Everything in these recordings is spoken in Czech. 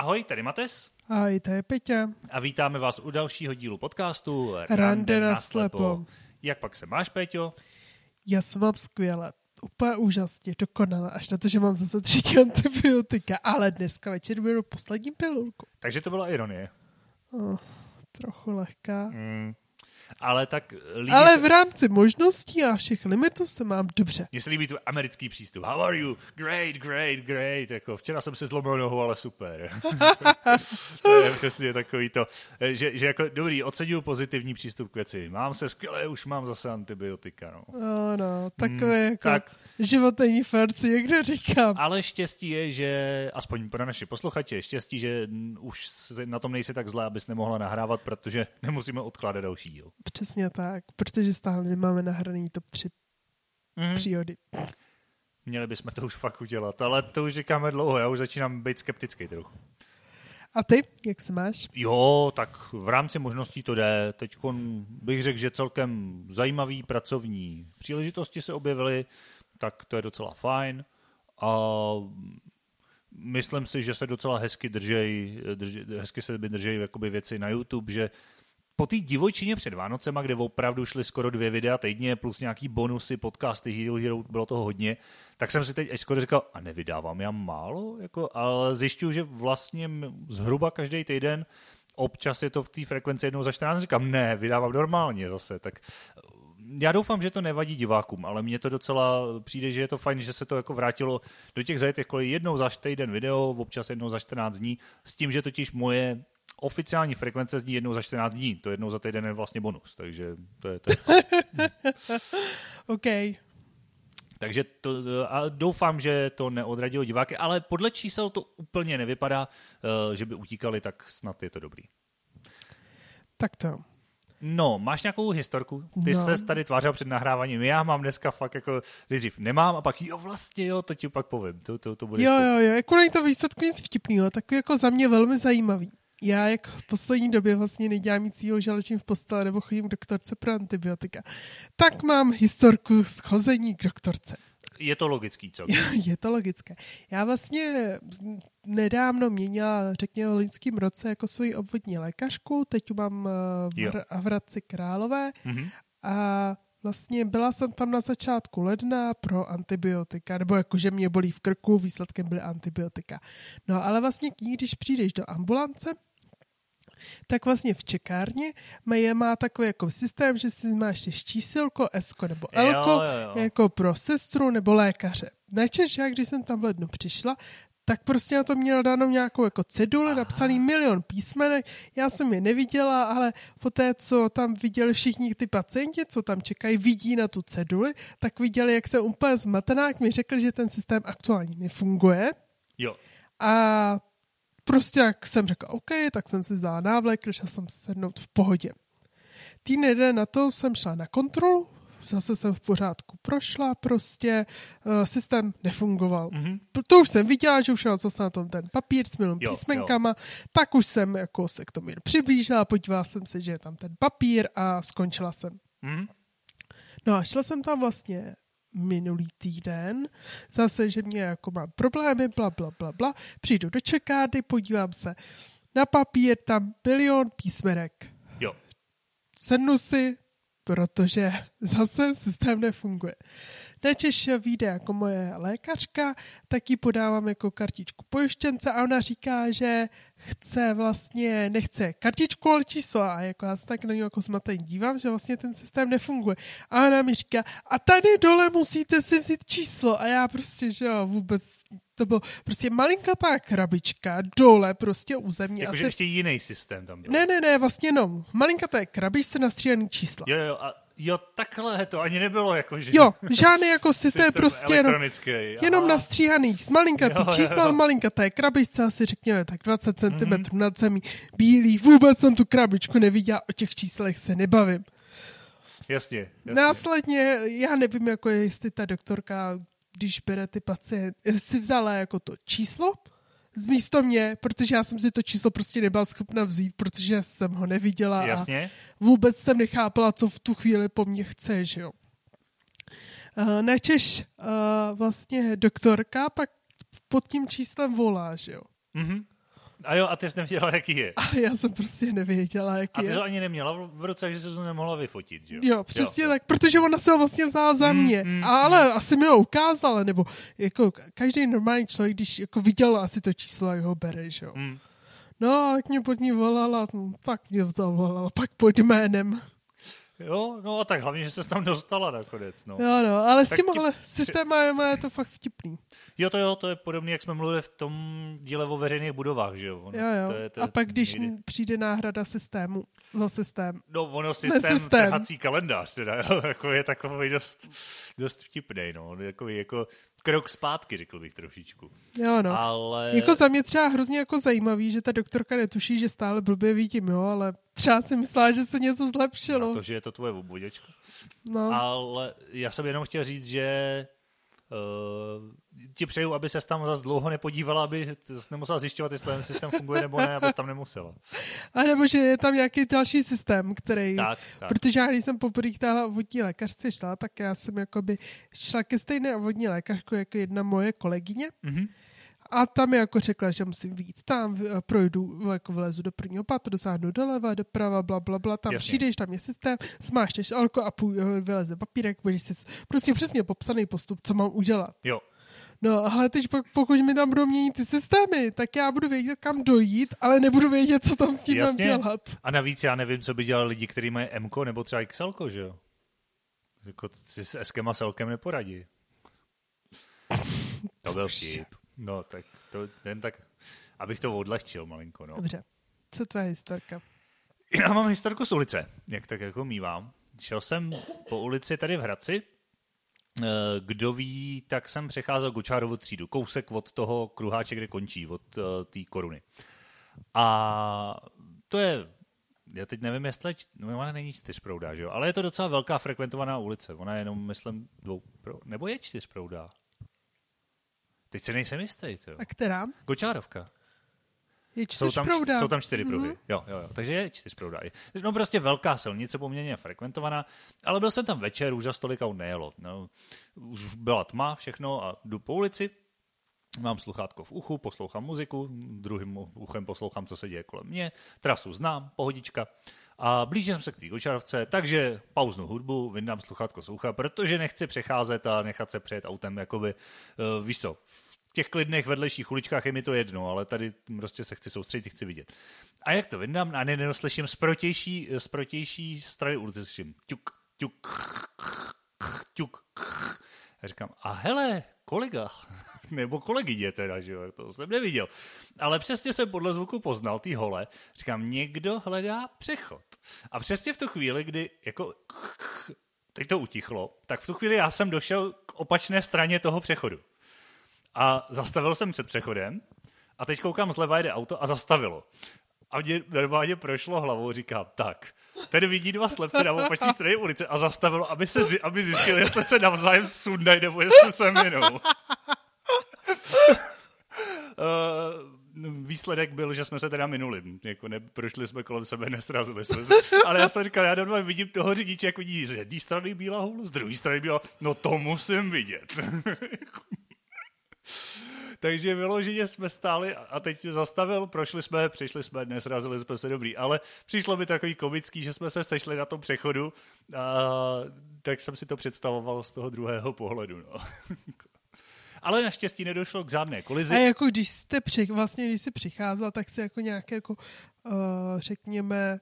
Ahoj, tady Mates. Ahoj, to je Peťa. A vítáme vás u dalšího dílu podcastu Rande naslepo. Jak pak se máš, Péťo? Já se mám skvěle. Úplně úžasně, dokonale. Až na to, že mám zase 3 antibiotika. Ale dneska večer budu poslední pilulku. Takže to byla ironie. Trochu lehká. Ale tak ale v rámci možností a všech limitů se mám dobře. Mně se líbí tu americký přístup. How are you? Great. Jako, včera jsem si zlomil nohu, ale super. To je přesně takový to, že jako dobrý, oceňuju pozitivní přístup k věci. Mám se skvěle, už mám zase antibiotika. No, takové jako tak. Život není fér, si někde říkám. Ale štěstí je, že, aspoň pro naše posluchače, štěstí, že už na tom nejsi tak zlé, abys nemohla nahrávat, protože nemusíme odkládat další díl. Přesně tak, protože stále nemáme nahraný top 3 příhody. Měli bychom to už fakt udělat, ale to už říkáme dlouho, já už začínám být skeptický trochu. A ty, jak se máš? Jo, tak v rámci možností to jde. Teď bych řekl, že celkem zajímavý pracovní příležitosti se objevily, tak to je docela fajn. A myslím si, že se docela hezky držej jakoby věci na YouTube, že po té divočině před Vánocema, kde opravdu šly skoro 2 videa týdně plus nějaký bonusy, podcasty, Hero, bylo toho hodně, tak jsem si teď až skoro říkal, a nevydávám já málo? Ale zjišťuju, že vlastně zhruba každý týden, občas je to v té frekvenci jednou za 14, říkám, ne, vydávám normálně zase, tak já doufám, že to nevadí divákům, ale mně to docela přijde, že je to fajn, že se to jako vrátilo do těch zajetých kolejí jednou za týden video, občas jednou za 14 dní, s tím, že totiž moje oficiální frekvence zní jednou za 14 dní, to jednou za týden je vlastně bonus, takže to je OK. Takže a doufám, že to neodradilo diváky, ale podle čísel to úplně nevypadá, že by utíkali, tak snad je to dobrý. Tak to. No, máš nějakou historku? Ty ses tady tvářil před nahráváním. Já mám dneska fakt jako nejdřív nemám a pak to ti pak povím. To bude jo, jako není to výsledku nic vtipného, takový jako za mě velmi zajímavý. Já jak v poslední době vlastně nedělám nic jiného, že ležím v posteli nebo chodím k doktorce pro antibiotika, tak mám historku z chození k doktorce. Je to logický, co? Je to logické. Já vlastně nedávno měnila, řekněme v loňském roce, jako svoji obvodní lékařku, teď tu mám v Hradci Králové a vlastně byla jsem tam na začátku ledna pro antibiotika, nebo jakože mě bolí v krku, výsledkem byly antibiotika. No ale vlastně když přijdeš do ambulance, tak vlastně v čekárně má takový jako systém, že si máš čísilko, S-ko nebo L-ko, jako pro sestru nebo lékaře. Najčešće, když jsem tam v lednu přišla, tak prostě na to měla dánou nějakou jako ceduli, napsaný 1 milion písmenek. Já jsem je neviděla, ale poté, co tam viděli všichni ty pacienti, co tam čekají, vidí na tu ceduli, tak viděli, jak jsem úplně zmatená, jak mi řekli, že ten systém aktuálně nefunguje. Jo. A prostě jak jsem řekl, OK, tak jsem si vzala návlek, šla jsem sednout v pohodě. Týden na to jsem šla na kontrolu, zase jsem v pořádku prošla, prostě systém nefungoval. To už jsem viděla, že už šel zase na tom ten papír s milým písmenkama, tak už jsem jako se k tomu přiblížila, podívala jsem se, že je tam ten papír a skončila jsem. No a šla jsem tam vlastně minulý týden, zase, že mě jako mám problémy, bla. Přijdu do čekárny, podívám se na papír, tam 1 milion písmenek. Jo. Sednu si, protože zase systém nefunguje. Najčešće vyjde jako moje lékařka, tak jí podávám jako kartičku pojištěnce a ona říká, že nechce kartičku, ale číslo. A jako já se tak na něj jako zmateně dívám, že vlastně ten systém nefunguje. A ona mi říká, a tady dole musíte si vzít číslo. A já prostě, že jo, vůbec, to bylo prostě malinkatá krabička dole prostě u země. Jakože ještě jiný systém tam byl. Ne, vlastně jenom malinkaté krabičce nastříhaný čísla. Jo, takhle to ani nebylo jakože. Jo, žádný jako systém prostě jenom nastříhaný malinkatý čísla, malinkaté krabičce, asi řekněme tak 20 cm nad zemí, bílý, vůbec jsem tu krabičku neviděla, o těch číslech se nebavím. Jasně. Následně, já nevím, jako jestli ta doktorka, když bere ty pacienty, si vzala jako to číslo místo mě, protože já jsem si to číslo prostě nebyla schopna vzít, protože jsem ho neviděla. Jasně. A vůbec jsem nechápala, co v tu chvíli po mně chce, že jo. Načež vlastně doktorka pak pod tím číslem volá, že jo. A jo, a ty jsi nevěděla, jaký je. Ale já jsem prostě nevěděla, jaký je. A ty to ani neměla v ruce, že jsi to nemohla vyfotit, že jo? Jo, přesně tak, protože ona se ho vlastně vzala za mě. Ale asi mi ho ukázala, nebo jako každý normální člověk, když jako viděl asi to číslo, jak ho bere, že jo. No a jak mě pod ní volala, tak mě zavolala, pak pod jménem. Jo, no a tak hlavně, že se tam dostala nakonec, no. Jo, no, ale tak s tímhle systémem je to fakt vtipný. Jo, to je podobné, jak jsme mluvili v tom díle o veřejných budovách, že jo. Jo. To a pak, když přijde náhrada systému za systém. No, ono systém trhací kalendář, teda, jo, jako je takový dost vtipnej, no, jako krok zpátky, řekl bych trošičku. Jo, no. Ale... Jako za mě třeba hrozně jako zajímavý, že ta doktorka netuší, že stále blbě vidím, jo, ale třeba si myslela, že se něco zlepšilo. Protože je to tvoje obvoděčko. No. Ale já jsem jenom chtěl říct, že ti přeju, aby ses tam zase dlouho nepodívala, aby nemusela zjišťovat, jestli ten systém funguje nebo ne, abys tam nemusela. A nebo že je tam nějaký další systém, který... Tak. Protože já, když jsem poprvé k téhle obvodní lékařce šla, tak já jsem jakoby šla ke stejné obvodní lékařku jako jedna moje kolegyně. Mm-hmm. A tam mi jako řekla, že musím víc. Tam projdu, jako vlezu do prvního patra, dosáhnu doleva, doprava, blablabla, tam Jasně. přijdeš, tam je systém, smášneš alko a vyleze papírek, budeš si prostě přesně popsaný postup, co mám udělat. Jo. No, ale teď pokud mi tam budou měnit ty systémy, tak já budu vědět, kam dojít, ale nebudu vědět, co tam s tím mám dělat. A navíc já nevím, co by dělali lidi, kteří mají M-ko nebo třeba XL-ko, že jo? Jako si s S-kem a S-kem neporadí. To byl vtip. No, tak to jen tak, abych to odlehčil malinko, no. Dobře. Co tvoje historka? Já mám historku z ulice, jak tak jako mívám. Šel jsem po ulici tady v Hradci. Kdo ví, tak jsem přecházel Gočárovu třídu. Kousek od toho kruháče, kde končí, od té Koruny. A to je, já teď nevím, jestli, ona není 4proudá, že jo? Ale je to docela velká frekventovaná ulice. Ona je jenom, myslím, nebo je 4proudá. Teď se nejsem jistý. To. A která? Gočárovka. Je 4proudá. Jsou tam 4 pruhy. Jo. Takže je 4proudá. No prostě velká silnice, poměrně frekventovaná, ale byl jsem tam večer, už za stolika nejelo. No, už byla tma, všechno a jdu po ulici, mám sluchátko v uchu, poslouchám muziku, druhým uchem poslouchám, co se děje kolem mě, trasu znám, pohodička. A blížím se k té Gočárovce, takže pauznu hudbu, vyndám sluchátko z ucha, protože nechci přecházet a nechat se přejet autem, jakoby, víš co, v těch klidných vedlejších uličkách je mi to jedno, ale tady prostě se chci soustředit, chci vidět. A jak to vyndám, a neslyším z protější strany ulice, slyším ťuk, ťuk, ťuk. A říkám, a hele, kolega, nebo kolegyně teda, že jo, to jsem neviděl. Ale přesně jsem podle zvuku poznal ty hole, říkám, někdo hledá přechod. A přesně v tu chvíli, kdy jako teď to utichlo, tak v tu chvíli já jsem došel k opačné straně toho přechodu. A zastavil jsem před přechodem a teď koukám, zleva jede auto a zastavilo. A mě normálně prošlo hlavou, říkám, tak, tady vidí dva slepce na opačné straně ulice a zastavilo, aby zjistil, jestli se navzájem sundají, nebo jestli se minou. Výsledek byl, že jsme se teda minuli. Jako prošli jsme kolem sebe, nesrazili jsme se. Ale já jsem říkal, já normálně vidím toho řidiče, jak vidí z jedné strany bílá hůl, z druhé strany bílá, no to musím vidět. Takže vyloženě jsme stáli a teď zastavil, přišli jsme, nesrazili jsme se dobrý, ale přišlo mi takový komický, že jsme se sešli na tom přechodu a tak jsem si to představoval z toho druhého pohledu. No. Ale naštěstí nedošlo k žádné kolizi. A jako když jsi přicházel, tak si jako nějaké, jako, řekněme,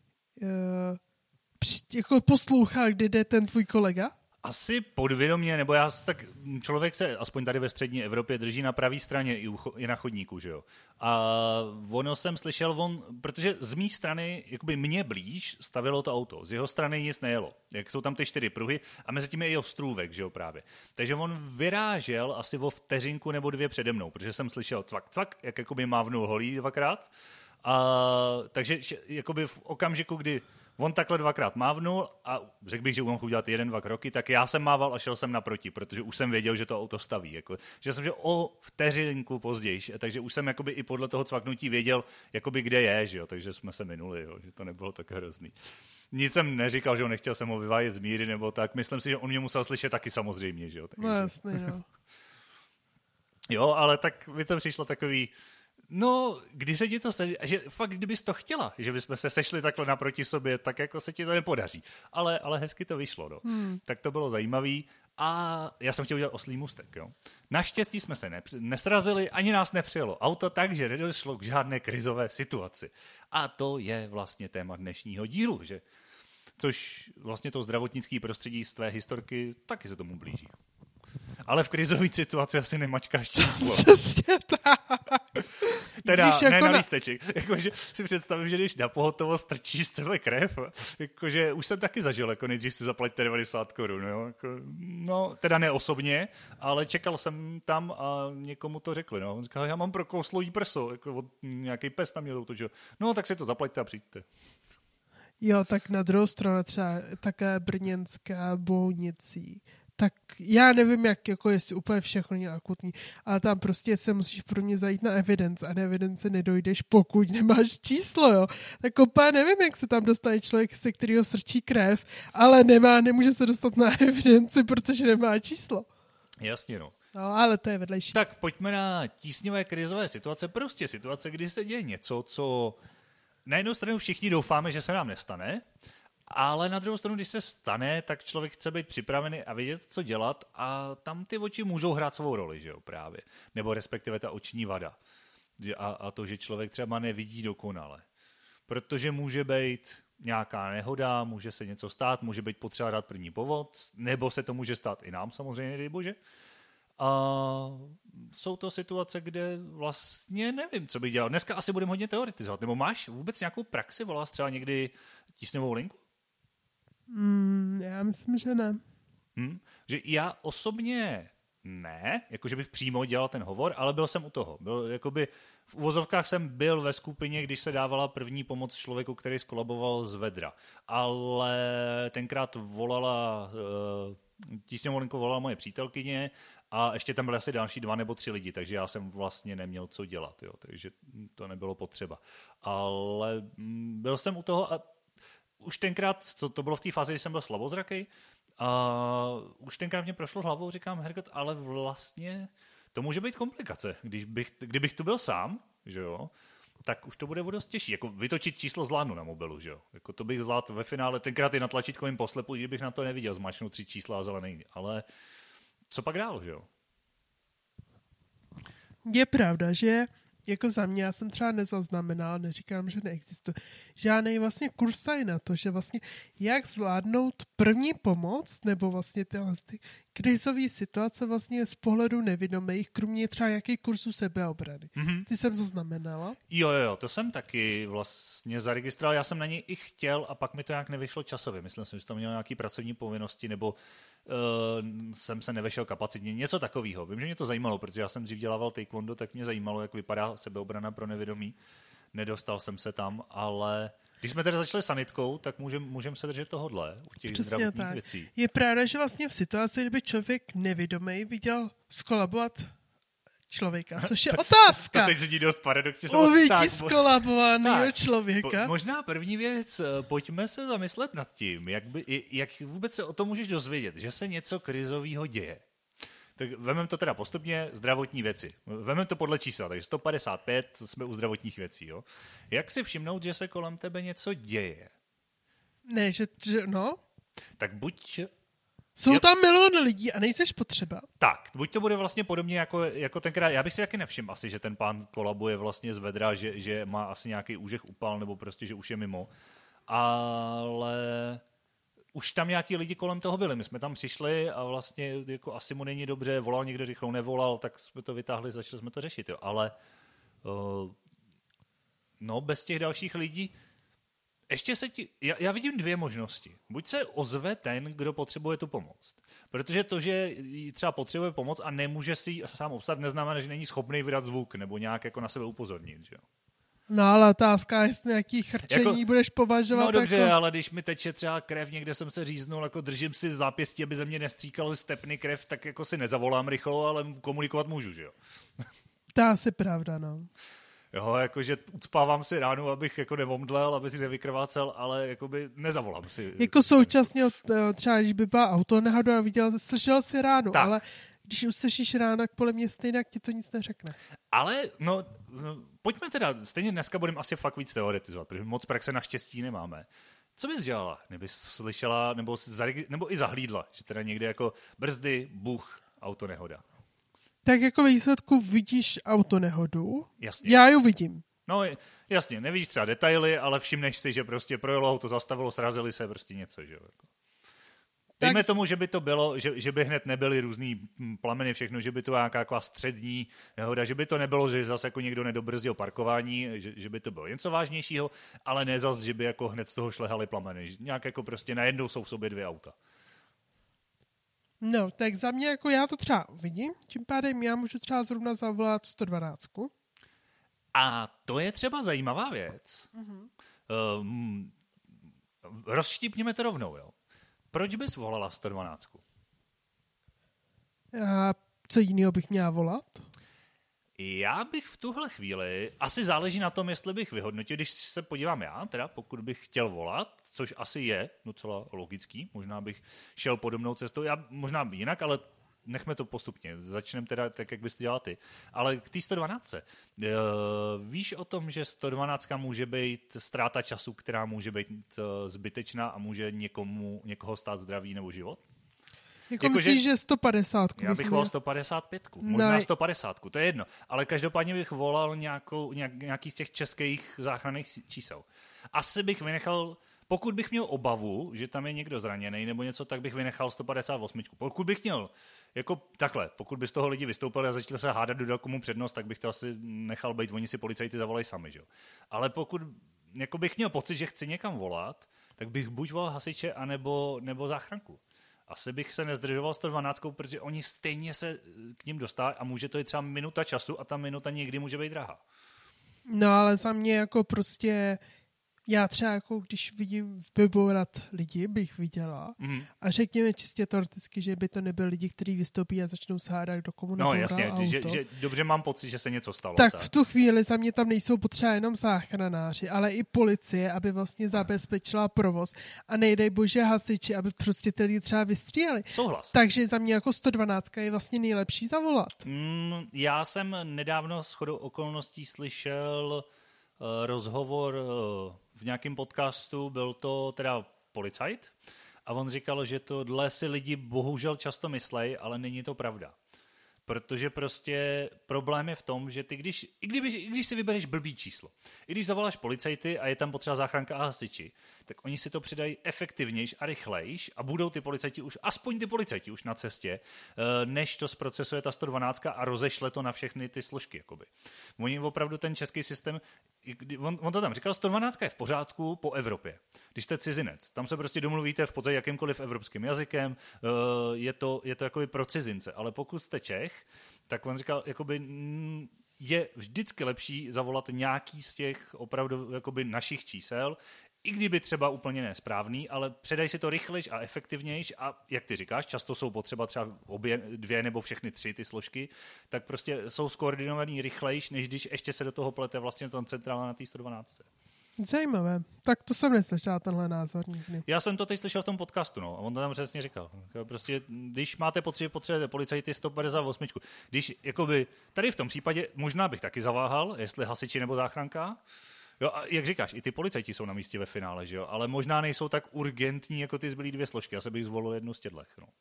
jako poslouchal, kde jde ten tvůj kolega? Asi podvědomě, nebo tak člověk se, aspoň tady ve střední Evropě, drží na pravé straně i na chodníku, že jo. A ono jsem slyšel, protože z mé strany, jakoby mě blíž, stavilo to auto. Z jeho strany nic nejelo. Jak jsou tam ty 4 pruhy a mezi tím je i ostrůvek, že jo, právě. Takže on vyrážel asi o vteřinku nebo 2 přede mnou, protože jsem slyšel cvak, cvak, jak jakoby mávnul holí 2krát. A takže jakoby v okamžiku, kdy on takhle 2krát mávnul a řekl bych, že mohl udělat 1-2 kroky, tak já jsem mával a šel jsem naproti, protože už jsem věděl, že to auto staví. Jako, že jsem šel o vteřinku později, takže už jsem jakoby i podle toho cvaknutí věděl, jakoby kde je, že jo, takže jsme se minuli, jo, že to nebylo tak hrozný. Nic jsem neříkal, že nechtěl jsem ho vyvádět z míry nebo tak, myslím si, že on mě musel slyšet taky samozřejmě, že jo. Takže... No jasný, no. Jo, ale tak mi to přišlo takový No, kdy se ti to stane, že fakt kdybys to chtěla, že bychom se sešli takhle naproti sobě, tak jako se ti to nepodaří. Ale hezky to vyšlo, no. Tak to bylo zajímavý a já jsem chtěl udělat oslý můstek, jo. Naštěstí jsme se nesrazili, ani nás nepřijelo auto, takže nedošlo k žádné krizové situaci. A to je vlastně téma dnešního dílu, že? Což vlastně to zdravotnické prostředí z tvé historky taky se tomu blíží. Ale v krizové situaci asi nemačkáš číslo. Přesně tak. Teda ne na lísteček. Jakože si představím, že když na pohotovost trčí z tebe krev, jakože už jsem taky zažil, jako nejdřív si zaplaťte 90 korun. No, teda ne osobně, ale čekal jsem tam a někomu to řekli. No. On říkal, já mám prokouslý prso, jako nějaký pes tam měl to, no tak si to zaplaťte a přijďte. Jo, tak na druhou stranu třeba také brněnská bolnicí. Tak já nevím, jak, jako jestli úplně všechno je akutní, ale tam prostě se musíš pro mě zajít na evidence a na evidence nedojdeš, pokud nemáš číslo, jo. Tak úplně nevím, jak se tam dostane člověk, se kterého srčí krev, ale nemůže se dostat na evidenci, protože nemá číslo. Jasně, no. No, ale to je vedlejší. Tak pojďme na tísňové krizové situace, prostě situace, kdy se děje něco, co na jednu stranu všichni doufáme, že se nám nestane, ale na druhou stranu, když se stane, tak člověk chce být připravený a vědět, co dělat a tam ty oči můžou hrát svou roli, že jo, právě. Nebo respektive ta oční vada. A to, že člověk třeba nevidí dokonale. Protože může být nějaká nehoda, může se něco stát, může být potřeba dát první pomoc, nebo se to může stát i nám samozřejmě, dej bože. A jsou to situace, kde vlastně nevím, co bych dělal. Dneska asi budeme hodně teoretizovat. Nebo máš vůbec nějakou praxi? Volal jsi třeba někdy tísňovou linku? Já myslím, že ne. Že já osobně ne, jakože bych přímo dělal ten hovor, ale byl jsem u toho. Jakoby v uvozovkách jsem byl ve skupině, když se dávala první pomoc člověku, který skolaboval z vedra. Ale tenkrát tísňovou linku volala moje přítelkyně a ještě tam byly asi další 2 nebo 3 lidi, takže já jsem vlastně neměl co dělat, jo, takže to nebylo potřeba. Ale byl jsem u toho a už tenkrát, co to bylo v té fázi, kdy jsem byl slabozraký, a už tenkrát mě prošlo hlavou, říkám, hergot, ale vlastně to může být komplikace. Kdybych tu byl sám, že jo, tak už to bude dost těžší. Jako vytočit číslo zvládnu na mobilu, že jo. Jako to bych zvládl ve finále, tenkrát i na tlačítkovém poslepu, kdybych na to neviděl, zmačknu 3 čísla a zelený. Ale co pak dál, že jo? Je pravda, že jako za mě, já jsem třeba nezaznamenal, neříkám, že neexistuje, žádnej vlastně kurz tady na to, že vlastně jak zvládnout první pomoc, nebo vlastně tyhle krizové situace vlastně z pohledu nevědomých, kromě třeba jaký kurzu sebeobrany. Mm-hmm. Ty jsem zaznamenala? Jo, to jsem taky vlastně zaregistroval, já jsem na něj i chtěl a pak mi to nějak nevyšlo časově. Myslím si, že to mělo nějaké pracovní povinnosti, nebo jsem se nevešel kapacitně, něco takového. Vím, že mě to zajímalo, protože já jsem dřív dělával taekwondo, tak mě zajímalo, jak vypadá sebeobrana pro nevědomí. Nedostal jsem se tam, ale když jsme tedy začali sanitkou, tak můžeme se držet tohodle u těch zdravotních věcí. Je pravda, že vlastně v situaci, kdyby člověk nevědomý viděl skolabovat člověka, což je otázka. To teď zní dost paradoxně. Uvidí skolabovaného člověka. Možná první věc, pojďme se zamyslet nad tím, jak vůbec se o tom můžeš dozvědět, že se něco krizového děje. Tak vememe to teda postupně, zdravotní věci. Vememe to podle čísla, takže 155 jsme u zdravotních věcí. Jo? Jak si všimnout, že se kolem tebe něco děje? Ne, že no. Tak buď... Jsou tam miliony lidí a nejseš potřeba. Tak, buď to bude vlastně podobně jako tenkrát. Já bych si taky nevšiml asi, že ten pán kolabuje vlastně z vedra, že má asi nějaký úžeh upal, nebo prostě, že už je mimo. Ale už tam nějaký lidi kolem toho byli. My jsme tam přišli a vlastně jako asi mu není dobře, volal někdo rychlou, nevolal, tak jsme to vytáhli, začali jsme to řešit. Jo. Ale bez těch dalších lidí ještě já vidím 2 možnosti. Buď se ozve ten, kdo potřebuje tu pomoc. Protože to, že třeba potřebuje pomoc a nemůže si ji sám obstat, neznamená, že není schopný vydat zvuk nebo nějak jako na sebe upozornit. Že jo? No ale otázka, jestli nějaký chrčení budeš považovat. No dobře, ale když mi teče třeba krev, někde jsem se říznul, jako držím si zápěstí, aby ze mě nestříkal stepny krev, tak jako si nezavolám rychlo, ale komunikovat můžu, že jo? To je asi pravda, no. Jo, jakože ucpávám si ránu, abych jako nevomdlel, aby si nevykrvácel, ale jakoby nezavolám si. Jako současně třeba, když by byla auto nehoda a slyšel si ránu, tak. Ale když uslyšíš ráno, tak podle mě stejně ti to nic neřekne. Ale, pojďme teda, stejně dneska budeme asi fakt víc teoretizovat, protože moc praxe naštěstí nemáme. Co bys dělala, kdybys slyšela nebo i zahlídla, že teda někde jako brzdy, buch, autonehoda? Tak jako výsledku vidíš autonehodu? Jasně. Já ji vidím. No jasně, nevidíš třeba detaily, ale všimneš si, že prostě projelo auto, zastavilo, srazili se, prostě něco, že jo. Dejme tomu, že by to bylo, že by hned nebyly různý plameny, všechno, že by to nějaká taková střední nehoda, že by to nebylo, že zase jako někdo nedobrzdil parkování, že by to bylo něco vážnějšího, ale ne zase, že by jako hned z toho šlehaly plameny. Nějak jako prostě najednou jsou v sobě dvě auta. No, tak za mě jako já to třeba vidím, tím pádem já můžu třeba zrovna zavolat 112. A to je třeba zajímavá věc. Rozštípněme to rovnou, jo. Proč bys volala 112? A co jiného bych měla volat? Já bych v tuhle chvíli, asi záleží na tom, jestli bych vyhodnotil, když se podívám já, teda pokud bych chtěl volat, což asi je docela logický, možná bych šel podobnou cestou, já možná jinak, ale nechme to postupně, začneme teda tak, jak bys to dělal ty. Ale k té 112. Víš o tom, že 112 může být ztráta času, která může být zbytečná a může někoho stát zdraví nebo život? Jako myslíš, že 150? Já bych volal 155, možná 150, to je jedno. Ale každopádně bych volal nějaký z těch českých záchranných čísel. Asi bych vynechal, pokud bych měl obavu, že tam je někdo zraněný nebo něco, tak bych vynechal 158. Pokud bych měl, jako takhle, pokud by z toho lidi vystoupili a začali se hádat, kdo komu přednost, tak bych to asi nechal být, oni si policajti zavolají sami, že? Ale pokud jako bych měl pocit, že chci někam volat, tak bych buď volal hasiče, nebo záchranku. Asi bych se nezdržoval 112, protože oni stejně se k ním dostávají a může to i třeba minuta času a ta minuta někdy může být drahá. No ale za mě jako prostě, já třeba jako když vidím vybourat lidi, bych viděla a řekněme čistě teoreticky, že by to nebyl lidi, kteří vystoupí a začnou se hádat, do komu no jasně, že dobře mám pocit, že se něco stalo. Tak v tu chvíli za mě tam nejsou potřeba jenom záchranáři, ale i policie, aby vlastně zabezpečila provoz a nejdej bože hasiči, aby prostě ty lidi třeba vystříhali. Souhlas. Takže za mě jako 112 je vlastně nejlepší zavolat. Já jsem nedávno shodou okolností slyšel rozhovor v nějakém podcastu, byl to teda policajt a on říkal, že tohle si lidi bohužel často myslejí, ale není to pravda. Protože prostě problém je v tom, že ty když si vybereš blbý číslo, i když zavoláš policajty a je tam potřeba záchranka a hasiči, tak oni si to přidají efektivnějš a rychlejš a budou aspoň ty policajti už na cestě, než to zprocesuje ta 112 a rozešle to na všechny ty složky. Jakoby. Oni opravdu ten český systém, on to tam říkal, 112 je v pořádku po Evropě. Když jste cizinec, tam se prostě domluvíte v podstatě jakýmkoliv evropským jazykem, je to jakoby pro cizince, ale pokud jste Čech, tak on říkal, jakoby je vždycky lepší zavolat nějaký z těch opravdu jakoby našich čísel, i kdyby třeba úplně nesprávný, ale předaj si to rychlejš a efektivnějš a jak ty říkáš, často jsou potřeba třeba dvě nebo všechny tři ty složky, tak prostě jsou skoordinovaný rychlejš, než když ještě se do toho plete vlastně ten centrála na té 112. Zajímavé. Tak to jsem neslyšel, tenhle názor nikdy. Já jsem to teď slyšel v tom podcastu, no, a on to tam přesně říkal. Prostě, když máte pocit, že potřebujete policajty 158, když, jakoby, tady v tom případě možná bych taky zaváhal, jestli hasiči nebo záchranka. Jo, a jak říkáš, i ty policajti jsou na místě ve finále, že jo, ale možná nejsou tak urgentní, jako ty zbylý dvě složky. Já se bych zvolil jednu z těchto, no.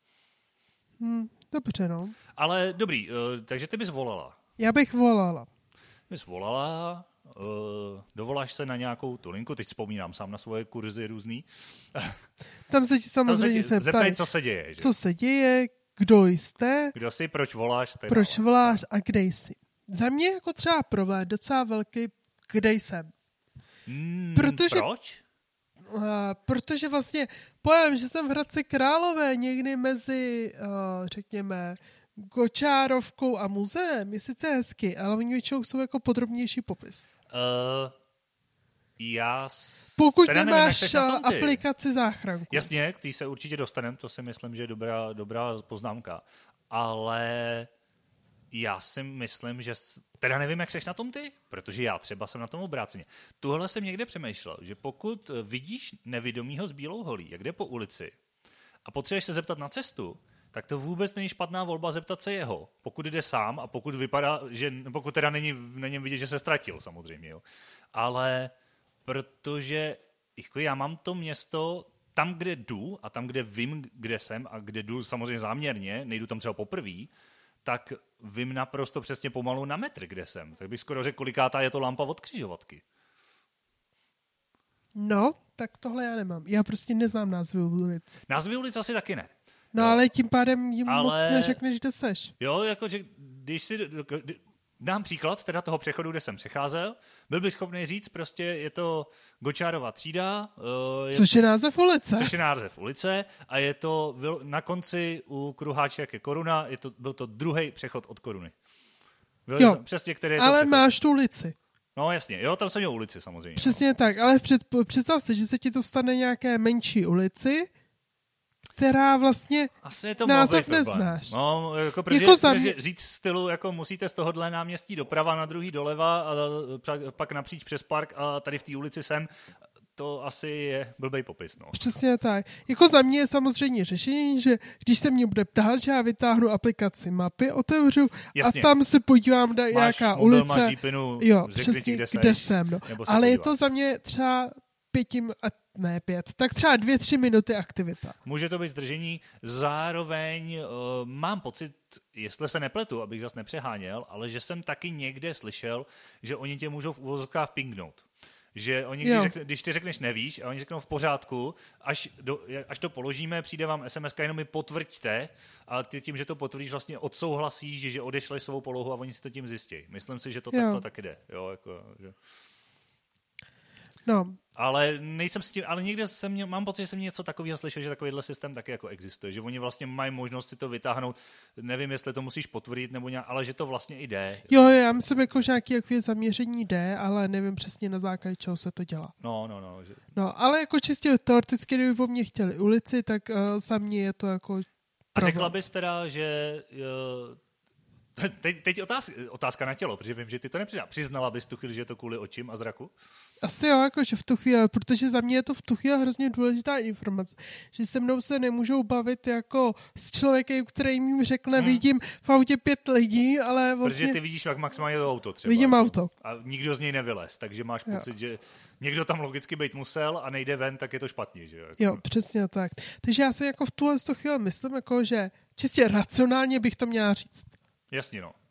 Dobře, no. Ale dobrý, takže ty bys volala. Já bych volala. Bys volala, dovoláš se na nějakou tu linku, teď vzpomínám sám na svoje kurzy různý. Tam se ti samozřejmě zeptají, co se děje. Že? Co se děje, kdo jste. Kdo jsi, proč voláš. Proč voláš a kde jsi. Za mě jako třeba problém docela velký, kde jsem. Proč? Protože vlastně povím, že jsem v Hradci Králové někdy mezi, řekněme, Kočárovkou a muzeem. Je sice hezky, ale oni většinou jsou jako podrobnější popis. Pokud nemáš aplikaci záchranku. Jasně, k tý se určitě dostaneme, to si myslím, že je dobrá poznámka. Ale já si myslím, že teda nevím, jak seš na tom ty, protože já třeba jsem na tom obráceně. Tuhle jsem někde přemýšlel, že pokud vidíš nevidomýho s bílou holí, jak jde po ulici a potřebuješ se zeptat na cestu, tak to vůbec není špatná volba zeptat se jeho, pokud jde sám a pokud vypadá, že pokud teda není na něm vidět, že se ztratil samozřejmě. Jo. Ale protože jako já mám to město tam, kde jdu a tam, kde vím, kde jsem a kde jdu samozřejmě záměrně, nejdu tam třeba poprvé, tak vím naprosto přesně pomalu na metr, kde jsem. Tak bych skoro řekl, kolikátá je to lampa od křižovatky. No, tak tohle já nemám. Já prostě neznám názvy ulic. Názvy ulic asi taky ne. No, jo. ale tím pádem jim moc neřekneš, kde seš. Jo, jakože když si... Dám příklad teda toho přechodu, kde jsem přecházel. Byl bych schopný říct, prostě je to Gočárova třída. Což je název ulice. Což je název ulice a je to na konci u kruháče, jak je Koruna, byl to druhý přechod od Koruny. Jo, přesně, který je ale přechod. máš tu ulici. No jasně, jo, tam jsem měl ulici samozřejmě. Přesně no. tak, ale představ si, že se ti to stane nějaké menší ulici, která vlastně název neznáš. No, jako protože říct stylu, jako musíte z tohohle náměstí doprava na druhý doleva a pak napříč přes park a tady v té ulici jsem, to asi je blbej popis. No. Přesně tak. Jako za mě je samozřejmě řešení, že když se mě bude ptát, že já vytáhnu aplikaci mapy, otevřu Jasně. a tam se podívám, jaká ulice. Máš GPinu, jo, přesně, kde jsem. No. Ale je to za mě třeba 5, tak třeba 2-3 minuty aktivita. Může to být zdržení, zároveň mám pocit, jestli se nepletu, abych zas nepřeháněl, ale že jsem taky někde slyšel, že oni tě můžou v uvozovkách pingnout. Že oni, když ty řekneš nevíš a oni řeknou v pořádku, až to položíme, přijde vám SMS-ka, jenom mi potvrďte a ty tím, že to potvrdíš, vlastně odsouhlasíš, že odešli svou polohu a oni si to tím zjistí. Myslím si, že to takhle taky jde. Jo, jako, že... No. Ale nejsem s tím, ale někde mám pocit, že jsem něco takového slyšel, že takovýhle systém taky jako existuje, že oni vlastně mají možnost si to vytáhnout, nevím, jestli to musíš potvrdit nebo nějak, ale že to vlastně i jde. Jo, já myslím, jako, že nějaké zaměření jde, ale nevím přesně na základě čeho se to dělá. No. No, ale jako čistě teoreticky, kdyby po mně chtěli ulici, tak za mě je to jako A řekla bys teda, že... Teď otázka na tělo, protože vím, že ty to nepřiznala. Přiznala bys tu chvíli, že je to kvůli očím a zraku? Asi jo, jakože v tu chvíli, protože za mě je to v tu chvíli hrozně důležitá informace, že se mnou se nemůžou bavit jako s člověkem, který jim řekne, vidím v autě 5 lidí, ale vlastně... Protože ty vidíš jak maximálně to auto třeba. Vidím auto. A nikdo z něj nevylez, takže máš pocit, že někdo tam logicky být musel a nejde ven, tak je to špatně, že jo? Jo, přesně tak. Takže já si jako v tuhle chvíli myslím, jako, že čistě racionálně bych to měla říct. Jasně, no.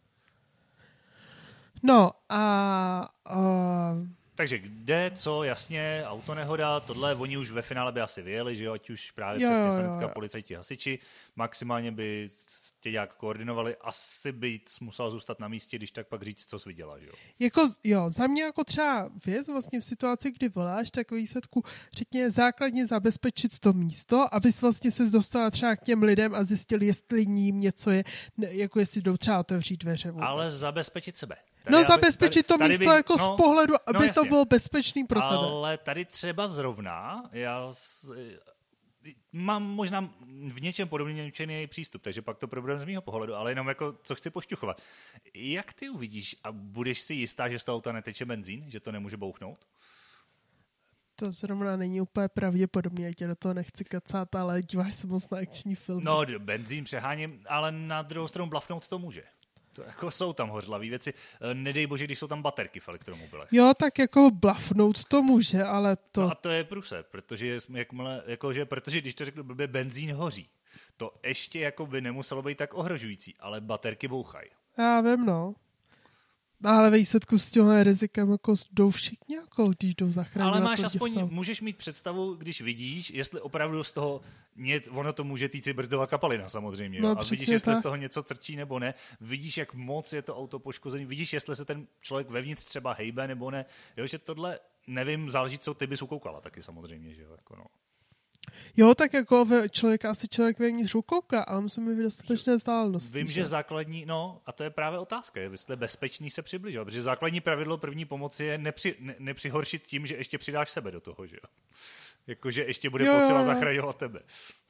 No a... Takže kde, co, jasně, autonehoda, tohle oni už ve finále by asi vyjeli, že jo, ať už právě přesně sanitka, policajti, hasiči, maximálně by tě nějak koordinovali, asi by musel zůstat na místě, když tak pak říct, co jsi viděla, že jo. Jako, jo, za mě jako třeba věc vlastně v situaci, kdy voláš, tak výsledku řekně základně zabezpečit to místo, abys vlastně se dostala třeba k těm lidem a zjistili, jestli ním něco je, jako jestli jdou třeba otevřít dveře. Ale zabezpečit sebe. Zabezpečit to místo jako z pohledu, aby to bylo bezpečný pro tebe. Ale tady třeba zrovna, já mám možná v něčem podobně přístup, takže pak to problém z mýho pohledu, ale jenom jako, co chci pošťuchovat. Jak ty uvidíš a budeš si jistá, že z toho auta neteče benzín, že to nemůže bouchnout? To zrovna není úplně pravděpodobně, já tě do toho nechci kacát, ale díváš se moc na akční film. No, benzín přeháním, ale na druhou stranu blafnout to může. To jako jsou tam hořlavé věci. Nedej bože, když jsou tam baterky v elektromobilech. Jo, tak jako blafnout to může, ale to... No a to je průser, protože protože když to řeknu blbě, benzín hoří. To ještě jako by nemuselo být tak ohrožující, ale baterky bouchají. Já vím, no. Ale výsledku s tímhle rizikem jako jdou všichni, jako když jdou zachránit. Ale máš aspoň, můžeš mít představu, když vidíš, jestli opravdu z toho, ono to může týci brzdová kapalina samozřejmě. No, a vidíš, jestli z toho něco trčí nebo ne. Vidíš, jak moc je to auto poškozený. Vidíš, jestli se ten člověk vevnitř třeba hejbe nebo ne. Jo, že tohle, nevím, záleží, co ty bys ukoukala taky samozřejmě, že jo, jako no. Jo, tak jako člověk vevnitř ukouká, ale musíme mít dostatečné vzdálenosti. Vím, že základní, a to je právě otázka, jestli je bezpečný se přibližovat, protože základní pravidlo první pomoci je nepřihoršit tím, že ještě přidáš sebe do toho, že jo. Jakože ještě bude potřeba zachraňovat tebe.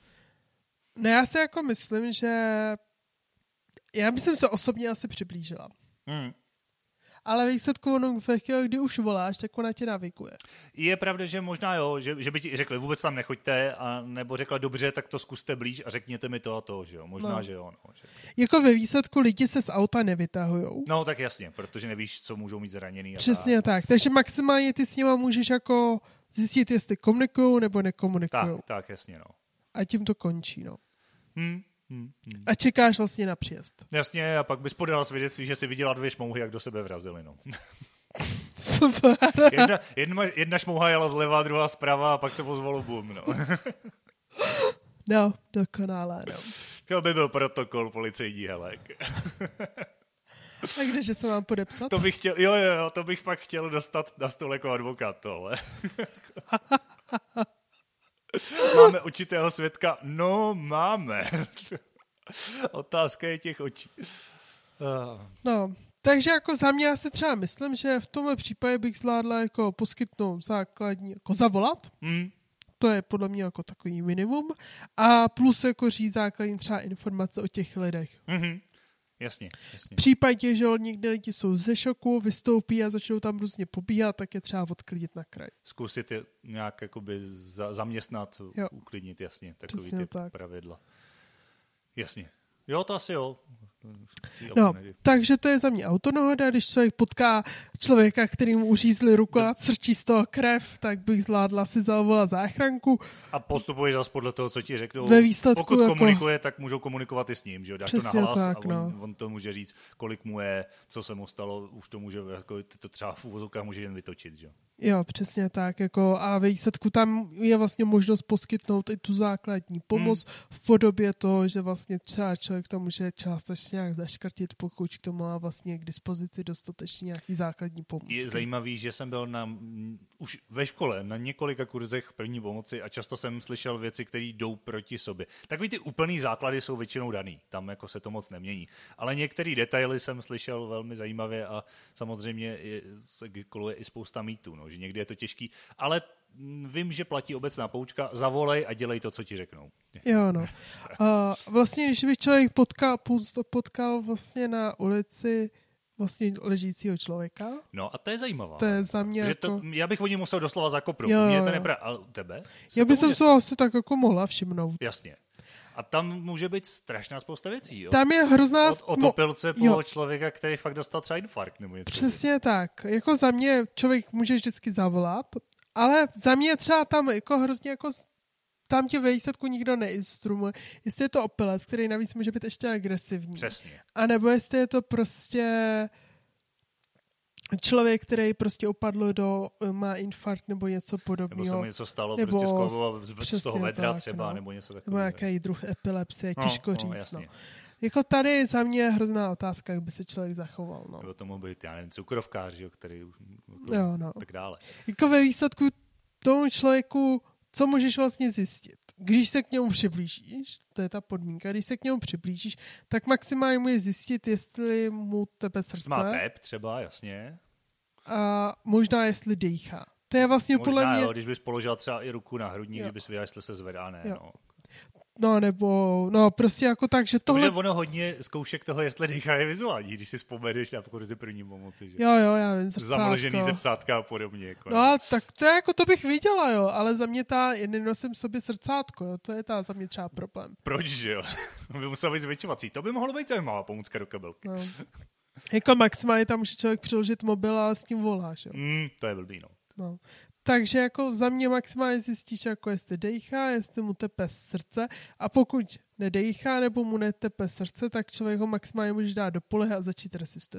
No já si jako myslím, že já bych se osobně asi přiblížila. ale ve výsledku ono, kdy už voláš, tak ona tě naviguje. Je pravda, že možná jo, že by ti řekli, vůbec tam nechoďte, a nebo řekla, dobře, tak to zkuste blíž a řekněte mi to a to, že jo, možná, že jo. No, že... Jako ve výsledku lidi se z auta nevytahujou. No tak jasně, protože nevíš, co můžou mít zraněný. Přesně tak, takže maximálně ty s nima můžeš jako zjistit, jestli komunikujou nebo nekomunikujou. Tak, jasně, no. A tím to končí, no. A čekáš vlastně na příjezd. Jasně, a pak bys podal svědectví, že si viděla 2 šmouhy, jak do sebe vrazily, no. Super. Jedna šmouha jela zleva, druhá zprava a pak se ozvalo bum, no. No, dokonalé, no. To by byl protokol policejní, helek. A kdeže se mám podepsat? To bych chtěl, to bych pak chtěl dostat na stůl jako advokát tohle. Máme očitého svědka? No, máme. Otázka je těch očí. No, takže jako za mě já si třeba myslím, že v tomhle případě bych zvládla jako poskytnout základní, jako zavolat. To je podle mě jako takový minimum. A plus jako říct základní třeba informace o těch lidech. Jasně. V případě, že někdy lidi jsou ze šoku, vystoupí a začnou tam různě pobíhat, tak je třeba odklidit na kraj. Zkusit je nějak jakoby zaměstnat, uklidnit, jasně, takový ty pravidla. Jasně. Jo, to asi jo. No, takže to je za mě autonehoda, když člověk potká člověka, který mu uřízli ruku a crčí z toho krev, tak bych zvládla si zavolat záchranku. A postupuješ zase podle toho, co ti řeknou. Ve výsledku pokud komunikuje, tak můžou komunikovat i s ním, že jo? Dáš to na hlas tak, a on to může říct, kolik mu je, co se mu stalo, už to může, jako, to třeba v uvozovkách může jen vytočit, že jo? Jo, přesně tak. Jako, a ve výsledku tam je vlastně možnost poskytnout i tu základní pomoc v podobě toho, že vlastně třeba člověk to může částečně nějak zaškrtit, pokud k tomu má vlastně k dispozici dostatečně nějaký základní pomoc. Je zajímavý, že jsem byl už ve škole na několika kurzech první pomoci a často jsem slyšel věci, které jdou proti sobě. Takový ty úplný základy jsou většinou daný, tam jako se to moc nemění. Ale některé detaily jsem slyšel velmi zajímavě a samozřejmě se koluje i spousta mýtů, no, že někdy je to těžký, ale vím, že platí obecná poučka, zavolej a dělej to, co ti řeknou. Jo, no. Vlastně, když by člověk potkal vlastně na ulici vlastně ležícího člověka. No a to je zajímavé. To je za mě jako... já bych o něm musel doslova zakopnout. Mně to nepravda. Ale u tebe? Já bych se asi tak jako mohla všimnout. Jasně. A tam může být strašná spousta věcí, jo? Tam je hrozná... Od otopilce po člověka, který fakt dostal třeba infarkt nebo něco. Přesně tak. Jako za mě člověk může vždycky zavolat, ale za mě třeba tam jako hrozně jako tam tě ve výsledku nikdo neinstrumuje. Jestli je to opilec, který navíc může být ještě agresivní. Přesně. A nebo jestli je to prostě člověk, který prostě upadl má infarkt nebo něco podobného. Nebo se mu něco stalo, nebo prostě skloboval z toho vedra tak, třeba, nebo něco takového. Nebo nějaký druh epilepsie, těžko říct. No. Jako tady je za mě hrozná otázka, jak by se člověk zachoval. No. Nebo to mohl být, já nevím, cukrovkář, který už tak dále. Jako ve výsledku tomu člověku, co můžeš vlastně zjistit? Když se k němu přiblížíš, to je ta podmínka, když se k němu přiblížíš, tak maximálně můžeš zjistit, jestli mu tepe srdce. Má tep třeba, jasně. A možná jestli dýchá. To je vlastně možná, podle mě... Jo, když bys položil třeba i ruku na hrudník, že bys viděl, jestli se zvedá, ne. No. No, nebo, prostě jako tak, že tohle... Protože ono hodně zkoušek toho, jestli dýchá, je vizuální, když si vzpomeneš na kurzi první pomoci, že? Jo, já vím, zrcátko. Zamlžený zrcátka a podobně. Jako. No, ale tak to je jako, to bych viděla, jo, ale za mě nenosím sobě srdcátko, jo, to je za mě třeba problém. Proč, že jo? By musel být zvětšovací, to by mohlo být zajímavá pomůcka do kabelky. No. Jako maximálně tam může člověk přiložit mobil a s tím voláš, jo. To je blbý, no. Takže jako za mě maximálně zjistíš, jako jestli dejchá, jestli mu tepe srdce a pokud nedejchá nebo mu netepe srdce, tak člověk ho maximálně může dát do polehy a začít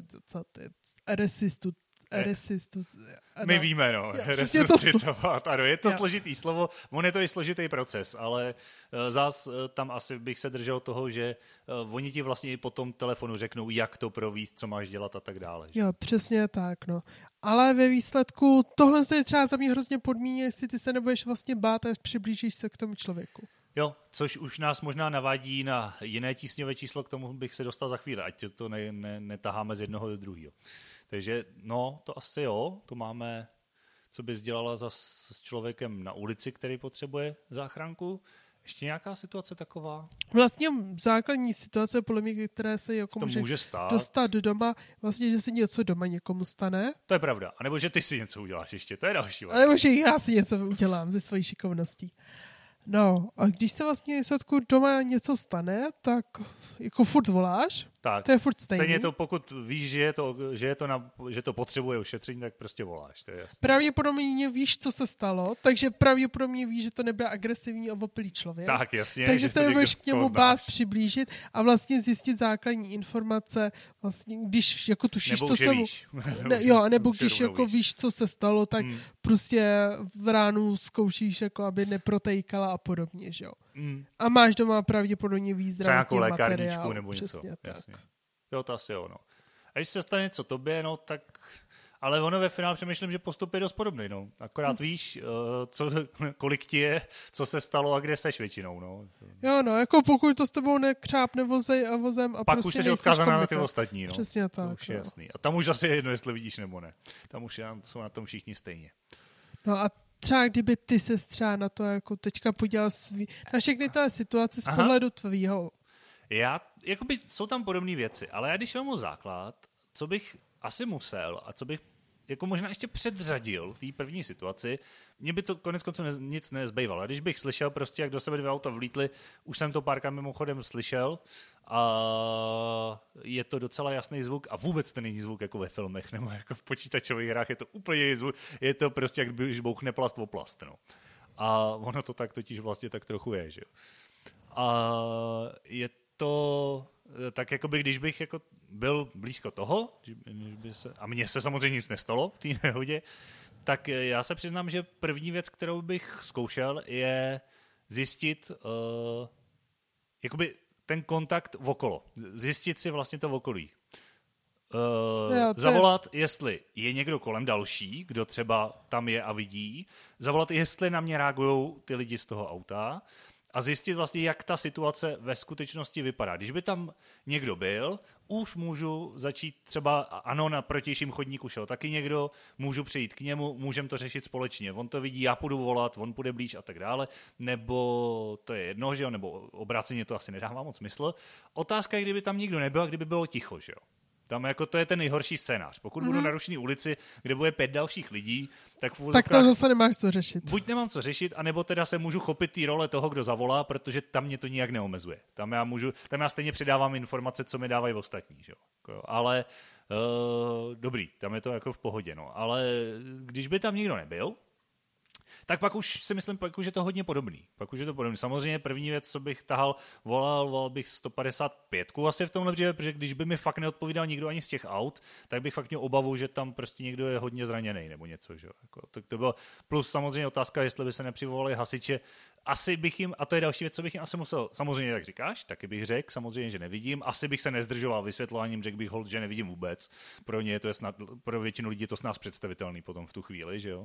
My víme, resuscitovat. Ano, je to složitý slovo, on je to i složitý proces, ale zás tam asi bych se držel toho, že oni ti vlastně i po tom telefonu řeknou, jak to províst, co máš dělat a tak dále. Jo, přesně tak, no. Ale ve výsledku tohle je třeba za mě hrozně podmíně, jestli ty se nebudeš vlastně bát a přiblížíš se k tomu člověku. Jo, což už nás možná navádí na jiné tísňové číslo, k tomu bych se dostal za chvíli, ať to netaháme z jednoho do druhého. Takže no, to asi jo, to máme, co bys dělala s člověkem na ulici, který potřebuje záchranku. Ještě nějaká situace taková? Vlastně základní situace, podle mě, které se jako může stát. Dostat doma, vlastně, že si něco doma někomu stane. To je pravda. A nebo že ty si něco uděláš ještě, to je další. A nebo že já si něco udělám ze svojí šikovností. No, a když se vlastně výsledku doma něco stane, tak jako furt voláš, tak, to je furt stejný. Stejně to, pokud víš, že to potřebuje ošetření, tak prostě voláš, to je jasný. Pravděpodobně víš, co se stalo, takže pravděpodobně víš, že to nebyl agresivní a opilý člověk. Tak, jasně. Takže se nebudeš k němu bát přiblížit a vlastně zjistit základní informace, vlastně, když jako tušíš, co se mu... Nebo když jako víš, co se stalo, tak prostě v ránu zkoušíš, jako aby neprotejkala a podobně, že jo. A máš doma pravděpodobně výzdravotní materiál. Nebo přesně něco. Tak. Jasně. Jo, to asi jo, no. A když se stane něco tobě, no tak... Ale ono ve finále přemýšlím, že postup je dost podobný, no. Akorát víš, kolik ti je, co se stalo a kde seš většinou, no. Jo, no, jako pokud to s tebou nekřápne vozem a pak prostě už jsi odkázaná na ty ostatní, no. Přesně tak. To už je jasný. A tam už asi je jedno, jestli vidíš nebo ne. Tam už jsou na tom všichni stejně. No a třeba kdyby ty se třeba na to jako teďka podíval na všechny té situace z pohledu tvýho. Jakoby jsou tam podobné věci, ale já když vemu základ, co bych asi musel a co bych jako možná ještě předřadil té první situaci, mně by to konec konců nic nezbývalo. Když bych slyšel prostě, jak do sebe 2 auta vlítly, už jsem to párkrát mimochodem slyšel a je to docela jasný zvuk a vůbec to není zvuk jako ve filmech nebo jako v počítačových hrách, je to úplně jiný zvuk, je to prostě, jak když bouchne plast o plast, no. A ono to tak totiž vlastně tak trochu je, že jo. A je to tak, jakoby, když bych jako byl blízko toho, a mně se samozřejmě nic nestalo v té nehodě, tak já se přiznám, že první věc, kterou bych zkoušel, je zjistit jakoby ten kontakt okolo. Zjistit si vlastně to okolí. Zavolat, jestli je někdo kolem další, kdo třeba tam je a vidí. Zavolat, jestli na mě reagují ty lidi z toho auta. A zjistit vlastně, jak ta situace ve skutečnosti vypadá. Když by tam někdo byl, už můžu začít třeba, ano, na protějším chodníku šel taky někdo, můžu přijít k němu, můžeme to řešit společně. On to vidí, já půjdu volat, on půjde blíž a tak dále, nebo to je jedno, že jo, nebo obráceně to asi nedává moc smysl. Otázka je, kdyby tam nikdo nebyl, kdyby bylo ticho, že jo. Tam jako to je ten nejhorší scénář. Pokud budu na rušné ulici, kde bude 5 dalších lidí, tak tam zase nemáš co řešit. Buď nemám co řešit, anebo teda se můžu chopit té role toho, kdo zavolá, protože tam mě to nijak neomezuje. Tam já stejně předávám informace, co mi dávají ostatní, že jo. Ale dobrý, tam je to jako v pohodě, no. Ale když by tam nikdo nebyl, tak pak už si myslím, pak už je to hodně podobný. Samozřejmě první věc, co bych tahal, volal bych 155 asi v tomhle případě, protože když by mi fakt neodpovídal nikdo ani z těch aut, tak bych fakt měl obavu, že tam prostě někdo je hodně zraněný nebo něco, že? Jako, tak to bylo. Plus samozřejmě otázka, jestli by se nepřivolali hasiče. Asi bych jim, a to je další věc, co bych jim asi musel, samozřejmě jak říkáš, taky bych řekl, samozřejmě, že nevidím, asi bych se nezdržoval vysvětlováním, řekl bych že nevidím vůbec. Pro ně je to snad, pro většinu lidí je to snad představitelný potom v tu chvíli, že jo.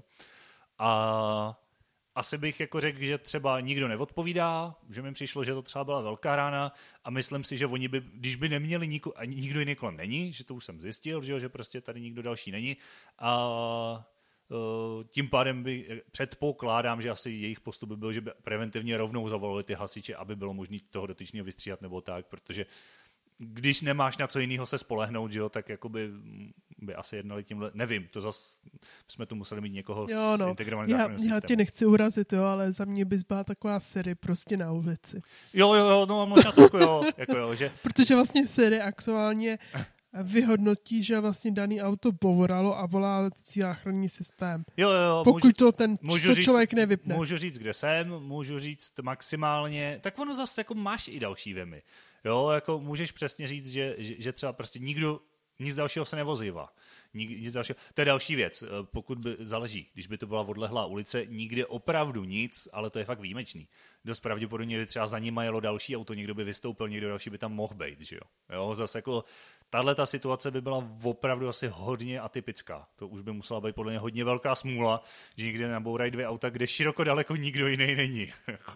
A asi bych jako řekl, že třeba nikdo neodpovídá, že mi přišlo, že to třeba byla velká rána a myslím si, že oni by, když by neměli nikdo jiný kolem není, že to už jsem zjistil, že prostě tady nikdo další není a tím pádem předpokládám, že asi jejich postup by byl, že by preventivně rovnou zavolali ty hasiče, aby bylo možné toho dotyčného vystříhat nebo tak, protože když nemáš na co jiného se spolehnout, že jo, tak jakoby by asi jednali tímhle, nevím, to zase jsme tu museli mít někoho z integrovaný záchranného systému. Já tě nechci urazit, jo, ale za mě bys byla taková Siri prostě na ulici. Jo, no možná trošku jo, že... Protože vlastně Siri aktuálně vyhodnotí, že vlastně daný auto povoralo a volá záchranný systém. Jo, pokud to ten člověk nevypne. Můžu říct, kde jsem, můžu říct maximálně, tak ono zase jako máš i další vemy. Jo, jako můžeš přesně říct, že třeba prostě nikdo, nic dalšího se nevozívá. Nic dalšího. To je další věc, pokud by záleží, když by to byla odlehlá ulice, nikde opravdu nic, ale to je fakt výjimečný. Dost pravděpodobně by třeba za ním jelo další auto, někdo by vystoupil, někdo další by tam mohl být, že jo. Zase jako tahleta situace by byla opravdu asi hodně atypická. To už by musela být podle mě hodně velká smůla, že někde nabourají 2 auta, kde široko daleko nikdo jiný není.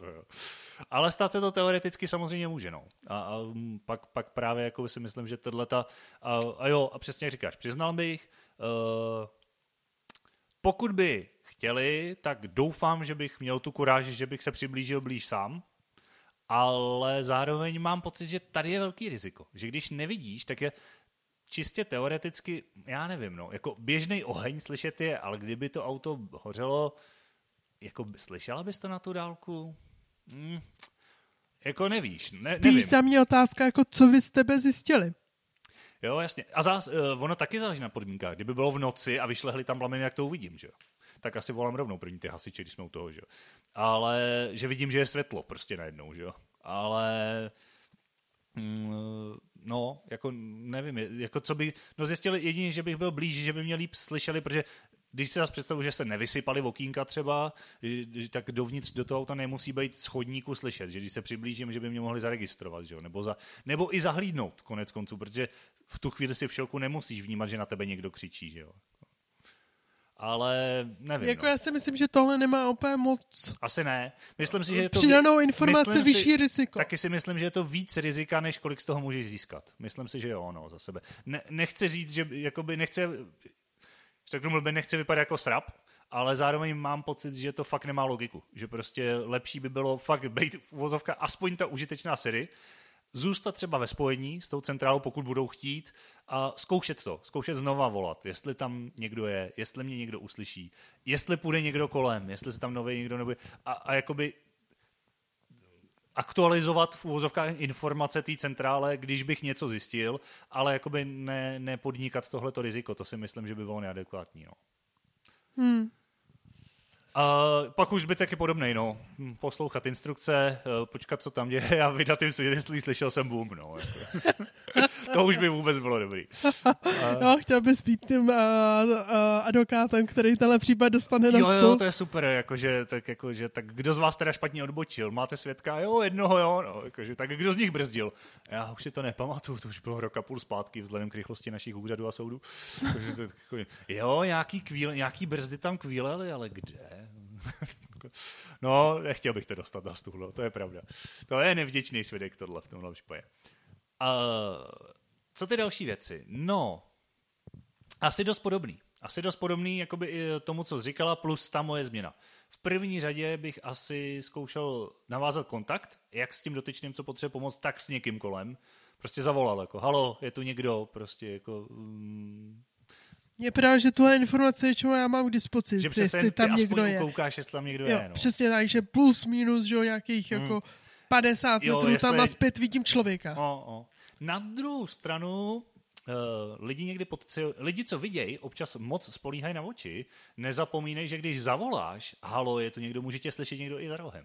Ale stát se to teoreticky samozřejmě může, no. A pak právě jako si myslím, že tato a přesně jak říkáš, přiznal bych, pokud by chtěli, tak doufám, že bych měl tu kuráž, že bych se přiblížil blíž sám, ale zároveň mám pocit, že tady je velký riziko. Že když nevidíš, tak je čistě teoreticky, já nevím, no, jako běžný oheň slyšet je, ale kdyby to auto hořelo, jako slyšela bys to na tu dálku? Jako nevíš, nevím. Spíš za mě otázka, jako co vy z tebe zjistili? Jo, jasně. A ono taky záleží na podmínkách. Kdyby bylo v noci a vyšlehli tam plameny, jak to uvidím, že jo? Tak asi volám rovnou první ty hasiče, když jsme u toho, že jo? Ale že vidím, že je světlo prostě najednou, že jo? Ale no, jako nevím, jako co by, no zjistili jedině, že bych byl blíž, že by mě líp slyšeli, protože když si zase představu, že se nevysypaly okýnka třeba, tak dovnitř do toho auta nemusí být z chodníku slyšet, že když se přiblížím, že by mě mohli zaregistrovat, že jo? Nebo i zahlídnout konec konců, protože v tu chvíli si v šoku nemusíš vnímat, že na tebe někdo křičí, že jo? Ale nevím. Jako já si myslím, že tohle nemá úplně moc. Asi ne. Myslím si, že je to přidanou informace vyšší riziko. Taky si myslím, že je to víc rizika, než kolik z toho můžeš získat. Myslím si, že jo, no, za sebe. Nechci říct, že jakoby nechci vypadat jako srap, ale zároveň mám pocit, že to fakt nemá logiku. Že prostě lepší by bylo fakt být uvozovka aspoň ta užitečná Siri, zůstat třeba ve spojení s tou centrálou, pokud budou chtít, a zkoušet znova volat, jestli tam někdo je, jestli mě někdo uslyší, jestli půjde někdo kolem, jestli se tam nový někdo nebude, a jakoby aktualizovat v uvozovkách informace té centrále, když bych něco zjistil, ale jakoby nepodnikat tohleto riziko, to si myslím, že by bylo neadekvátní. No. A pak už zbytek je podobnej, no. Poslouchat instrukce, počkat, co tam děje a vydat jim svědectví, slyšel jsem boom, no. To už by vůbec bylo dobrý. No, chtěl bys být tím advokátem, který tenhle případ dostane na stůl. Jo, to je super, tak kdo z vás teda špatně odbočil? Máte svědka? Jo, jednoho, jo, no, tak kdo z nich brzdil? Já už si to nepamatuju, to už bylo rok a půl zpátky vzhledem k rychlosti našich úřadů a soudů. Jo, nějaký brzdy tam kvílely, ale kde? No, nechtěl bych to dostat na stůl, to je pravda. To je nevděčný svědek tohle v tomhle případě. Co ty další věci? No, asi dost podobný jakoby i tomu, co jsi říkala, plus ta moje změna. V první řadě bych asi zkoušel navázat kontakt, jak s tím dotyčným, co potřebuje pomoct, tak s někým kolem. Prostě zavolal, jako halo, je tu někdo, prostě jako... Je pravda, že tuhle informace, čemu já mám k dispozici, že jestli tam někdo je. Koukáš, jestli tam někdo jo, je. No. Přesně tak, že plus minus, že nějakých jako 50 metrů tam a zpět vidím člověka. Na druhou stranu lidi, co vidějí, občas moc spolíhají na oči, nezapomínej, že když zavoláš, halo, je tu někdo, může tě slyšet někdo i za rohem.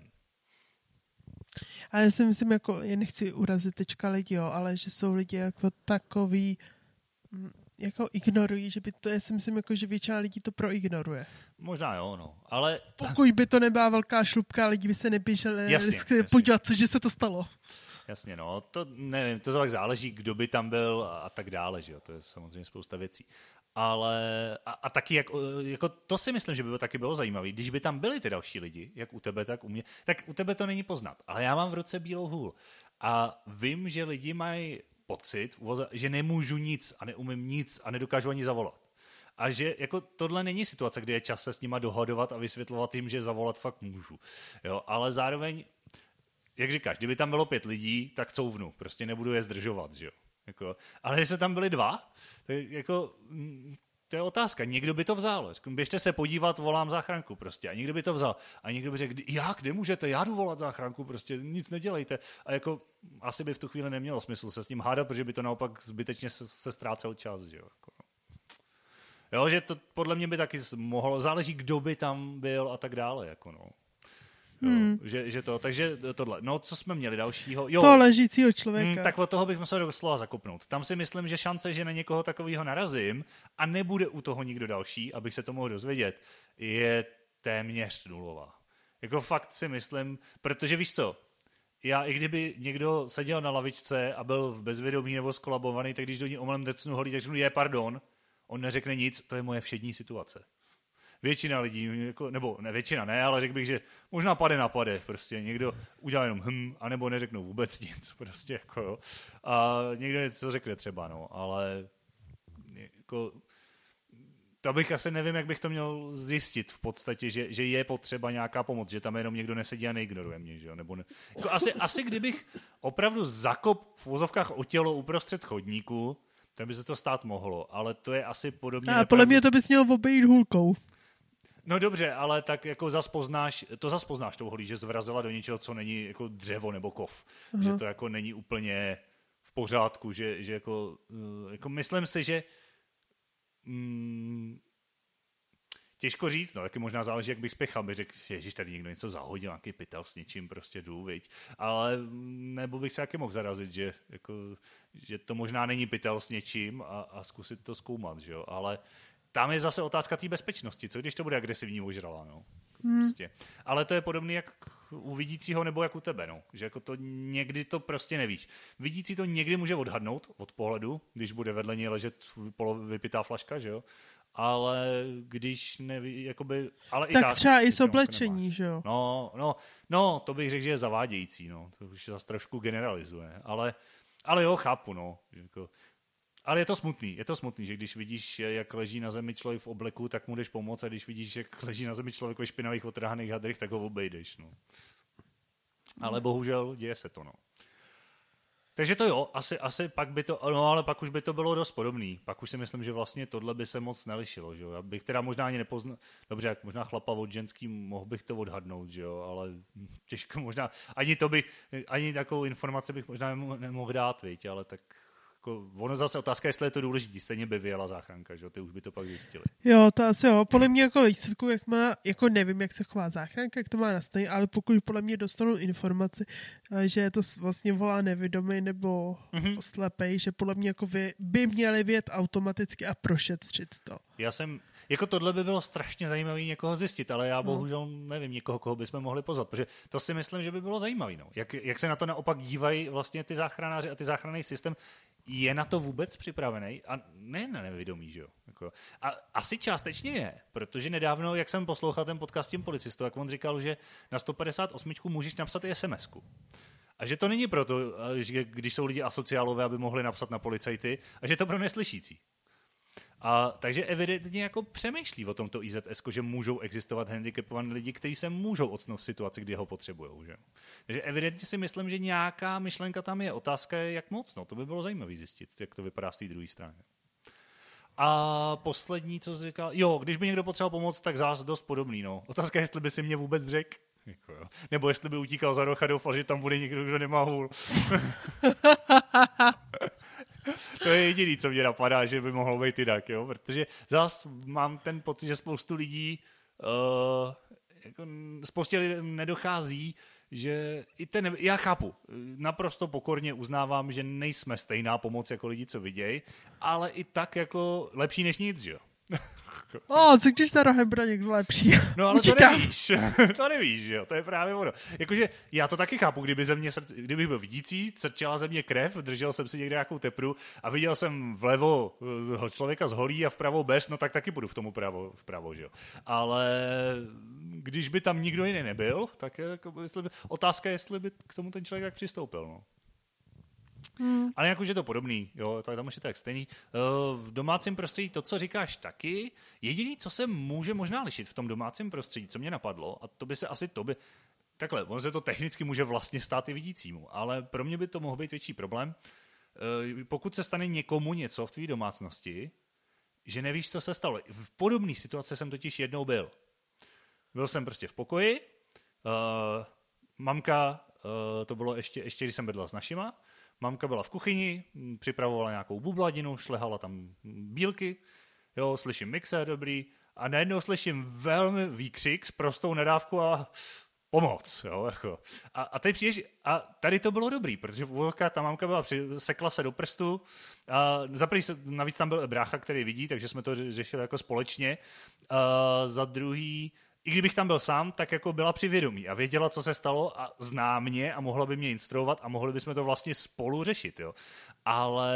A já si myslím, jako, já nechci urazit teďka lidi, jo, ale že jsou lidi jako takový, jako ignorují, že by to, já si myslím, jako, že většina lidí to proignoruje. Možná jo, no, ale... Pokud by to nebyla velká šlupka, lidi by se neběželi podívat, cože se to stalo. Jasně, no, to nevím, to tak záleží, kdo by tam byl a tak dále, že jo, to je samozřejmě spousta věcí. Ale a taky, jako to si myslím, že by taky bylo zajímavé, když by tam byli ty další lidi, jak u tebe, tak u mě, tak u tebe to není poznat, ale já mám v ruce bílou hůl a vím, že lidi mají pocit, že nemůžu nic a neumím nic a nedokážu ani zavolat. A že jako tohle není situace, kdy je čas se s nima dohadovat a vysvětlovat jim, že zavolat fakt můžu. Jo, ale zároveň, jak říkáš, kdyby tam bylo 5 lidí, tak couvnu, prostě nebudu je zdržovat, že jo. Jako, ale když se tam byli 2, tak jako, to je otázka, někdo by to vzal. Běžte se podívat, volám záchranku prostě a někdo by to vzal. A někdo by řekl, jak, nemůžete, já jdu volat záchranku, prostě nic nedělejte. A jako asi by v tu chvíli nemělo smysl se s ním hádat, protože by to naopak zbytečně se ztrácel čas, že jo. Jo, že to podle mě by taky mohlo, záleží, kdo by tam byl a tak dále, jako no. Jo, takže tohle. No, co jsme měli dalšího? Jo, toho ležícího člověka. Tak od toho bych musel doslova zakopnout. Tam si myslím, že šance, že na někoho takového narazím a nebude u toho nikdo další, abych se to mohl dozvědět, je téměř nulová. Jako fakt si myslím, protože víš co, já i kdyby někdo seděl na lavičce a byl v bezvědomí nebo skolabovaný, tak když do ní omylem decnu holí, tak řeknu, pardon, on neřekne nic, to je moje všední situace. Většina lidí, jako, nebo ne většina ne, ale řekl bych, že možná pade na pade, prostě někdo udělá jenom anebo neřeknou vůbec nic, prostě jako jo. A někdo něco řekne třeba, no, ale jako to bych asi nevím, jak bych to měl zjistit v podstatě, že je potřeba nějaká pomoc, že tam jenom někdo nesedí a neignoruje mě, že jo? Nebo ne. Jako asi kdybych opravdu zakop v uvozovkách o tělo uprostřed chodníku, tak by se to stát mohlo, ale to je asi podobně... A podle mě to bys měl obejít hůlkou. No dobře, ale tak jako zas poznáš tou holí, že zvrazila do něčeho, co není jako dřevo nebo kov. Aha. Že to jako není úplně v pořádku, že jako myslím si, že těžko říct, no, taky možná záleží, jak bych spěchal, bych řekl, ježiš, tady někdo něco zahodil, nějaký pytel s něčím, prostě jdu, viď. Ale nebo bych se taky mohl zarazit, že to možná není pytel s něčím a zkusit to zkoumat, že jo, ale tam je zase otázka té bezpečnosti, co když to bude agresivní ožralá, no. Prostě. Ale to je podobné jak u vidícího nebo jak u tebe, no. Že jako to někdy to prostě nevíš. Vidící to někdy může odhadnout od pohledu, když bude vedle něj ležet vypitá flaška, že jo. Ale když neví, jakoby... Ale tak i třeba i s oblečení, že jo. No, to bych řekl, že je zavádějící, no. To už zase trošku generalizuje. Ale jo, chápu, no. Jako, ale je to smutný, že když vidíš, jak leží na zemi člověk v obleku, tak mu jdeš pomoct, a když vidíš, jak leží na zemi člověk ve špinavých otrhaných hadrech, tak ho obejdeš, no. Ale bohužel děje se to, no. Takže to jo, asi pak by to, no ale pak už by to bylo dost podobný. Pak už si myslím, že vlastně tohle by se moc nelišilo, že jo. Já bych teda možná ani nepoznal, dobře, jak možná chlapa od ženský, mohl bych to odhadnout, že jo, ale těžko možná, ani takovou informaci bych možná nemohl dát, viď, ale tak jako, ono zase otázka, jestli je to důležitý, stejně by vyjela záchranka, že jo, ty už by to pak zjistili. Jo, to asi jo, podle mě jako výsledku, jak má, jako nevím, jak se chová záchranka, jak to má nastavit, ale pokud podle mě dostanou informaci, že to vlastně volá nevědomý nebo slepej, že podle mě jako by měli vědět automaticky a prošetřit to. Jako tohle by bylo strašně zajímavé někoho zjistit, ale já bohužel nevím někoho, koho bychom mohli pozvat, protože to si myslím, že by bylo zajímavé. No. Jak se na to naopak dívají vlastně ty záchranáři a ty záchranný systém, je na to vůbec připravený? A ne na nevědomí, že jo? Jako, a asi částečně je, protože nedávno, jak jsem poslouchal ten podcast s tím policistou, jak on říkal, že na 158 můžeš napsat i SMS-ku. A že to není proto, že když jsou lidi asociálové, aby mohli napsat na policajty, a že to pro neslyšící. A takže evidentně jako přemýšlí o tomto IZS, že můžou existovat handicapovaní lidi, kteří se můžou octnout v situaci, kdy ho potřebujou. Že? Takže evidentně si myslím, že nějaká myšlenka tam je. Otázka je, jak moc. No, to by bylo zajímavé zjistit, jak to vypadá z té druhé strany. A poslední, co jsi říkal, jo, když by někdo potřeboval pomoct, tak zás dost podobný. No. Otázka je, jestli by si mě vůbec řekl. Nebo jestli by utíkal za roh a doufal, že tam bude někdo, kdo nemá hůl. To je jediný, co mě napadá, že by mohlo být jinak, jo? Protože zase mám ten pocit, že spoustu lidí spoustě lidem nedochází, že i já chápu, naprosto pokorně uznávám, že nejsme stejná pomoc jako lidi, co vidějí, ale i tak jako lepší než nic, že jo? Co když za rohem bude někdo lepší? No ale to nevíš, že jo, to je právě ono. Jakože já to taky chápu, kdybych byl vidící, crčela ze mě krev, držel jsem si někde nějakou tepru a viděl jsem vlevo člověka z holí a vpravo bez, no tak taky půjdu v tomu vpravo, že jo. Ale když by tam nikdo jiný nebyl, tak jako, otázka je, jestli by k tomu ten člověk tak přistoupil, no. Ale jak už je to podobný, jo, tak tam už je to tak stejný. V domácím prostředí to, co říkáš taky, jediný, co se může možná lišit v tom domácím prostředí, co mě napadlo, a to by se asi takhle, on se to technicky může vlastně stát i vidícímu, ale pro mě by to mohl být větší problém. Pokud se stane někomu něco v tvý domácnosti, že nevíš, co se stalo. V podobné situaci jsem totiž jednou byl. Byl jsem prostě v pokoji, mamka, to bylo ještě když jsem bydlel s našima, mamka byla v kuchyni, připravovala nějakou bubladinu, šlehala tam bílky, jo, slyším mixér dobrý a najednou slyším velmi výkřik s prostou nadávku a pomoc, jo, jako. A tady přijdeš, a tady to bylo dobrý, protože ta mamka byla sekla se do prstu a navíc tam byl brácha, který vidí, takže jsme to řešili jako společně. A za druhý, i kdybych tam byl sám, tak jako byla při vědomí a věděla, co se stalo a zná mě a mohla by mě instruovat a mohli bychom to vlastně spolu řešit, jo. Ale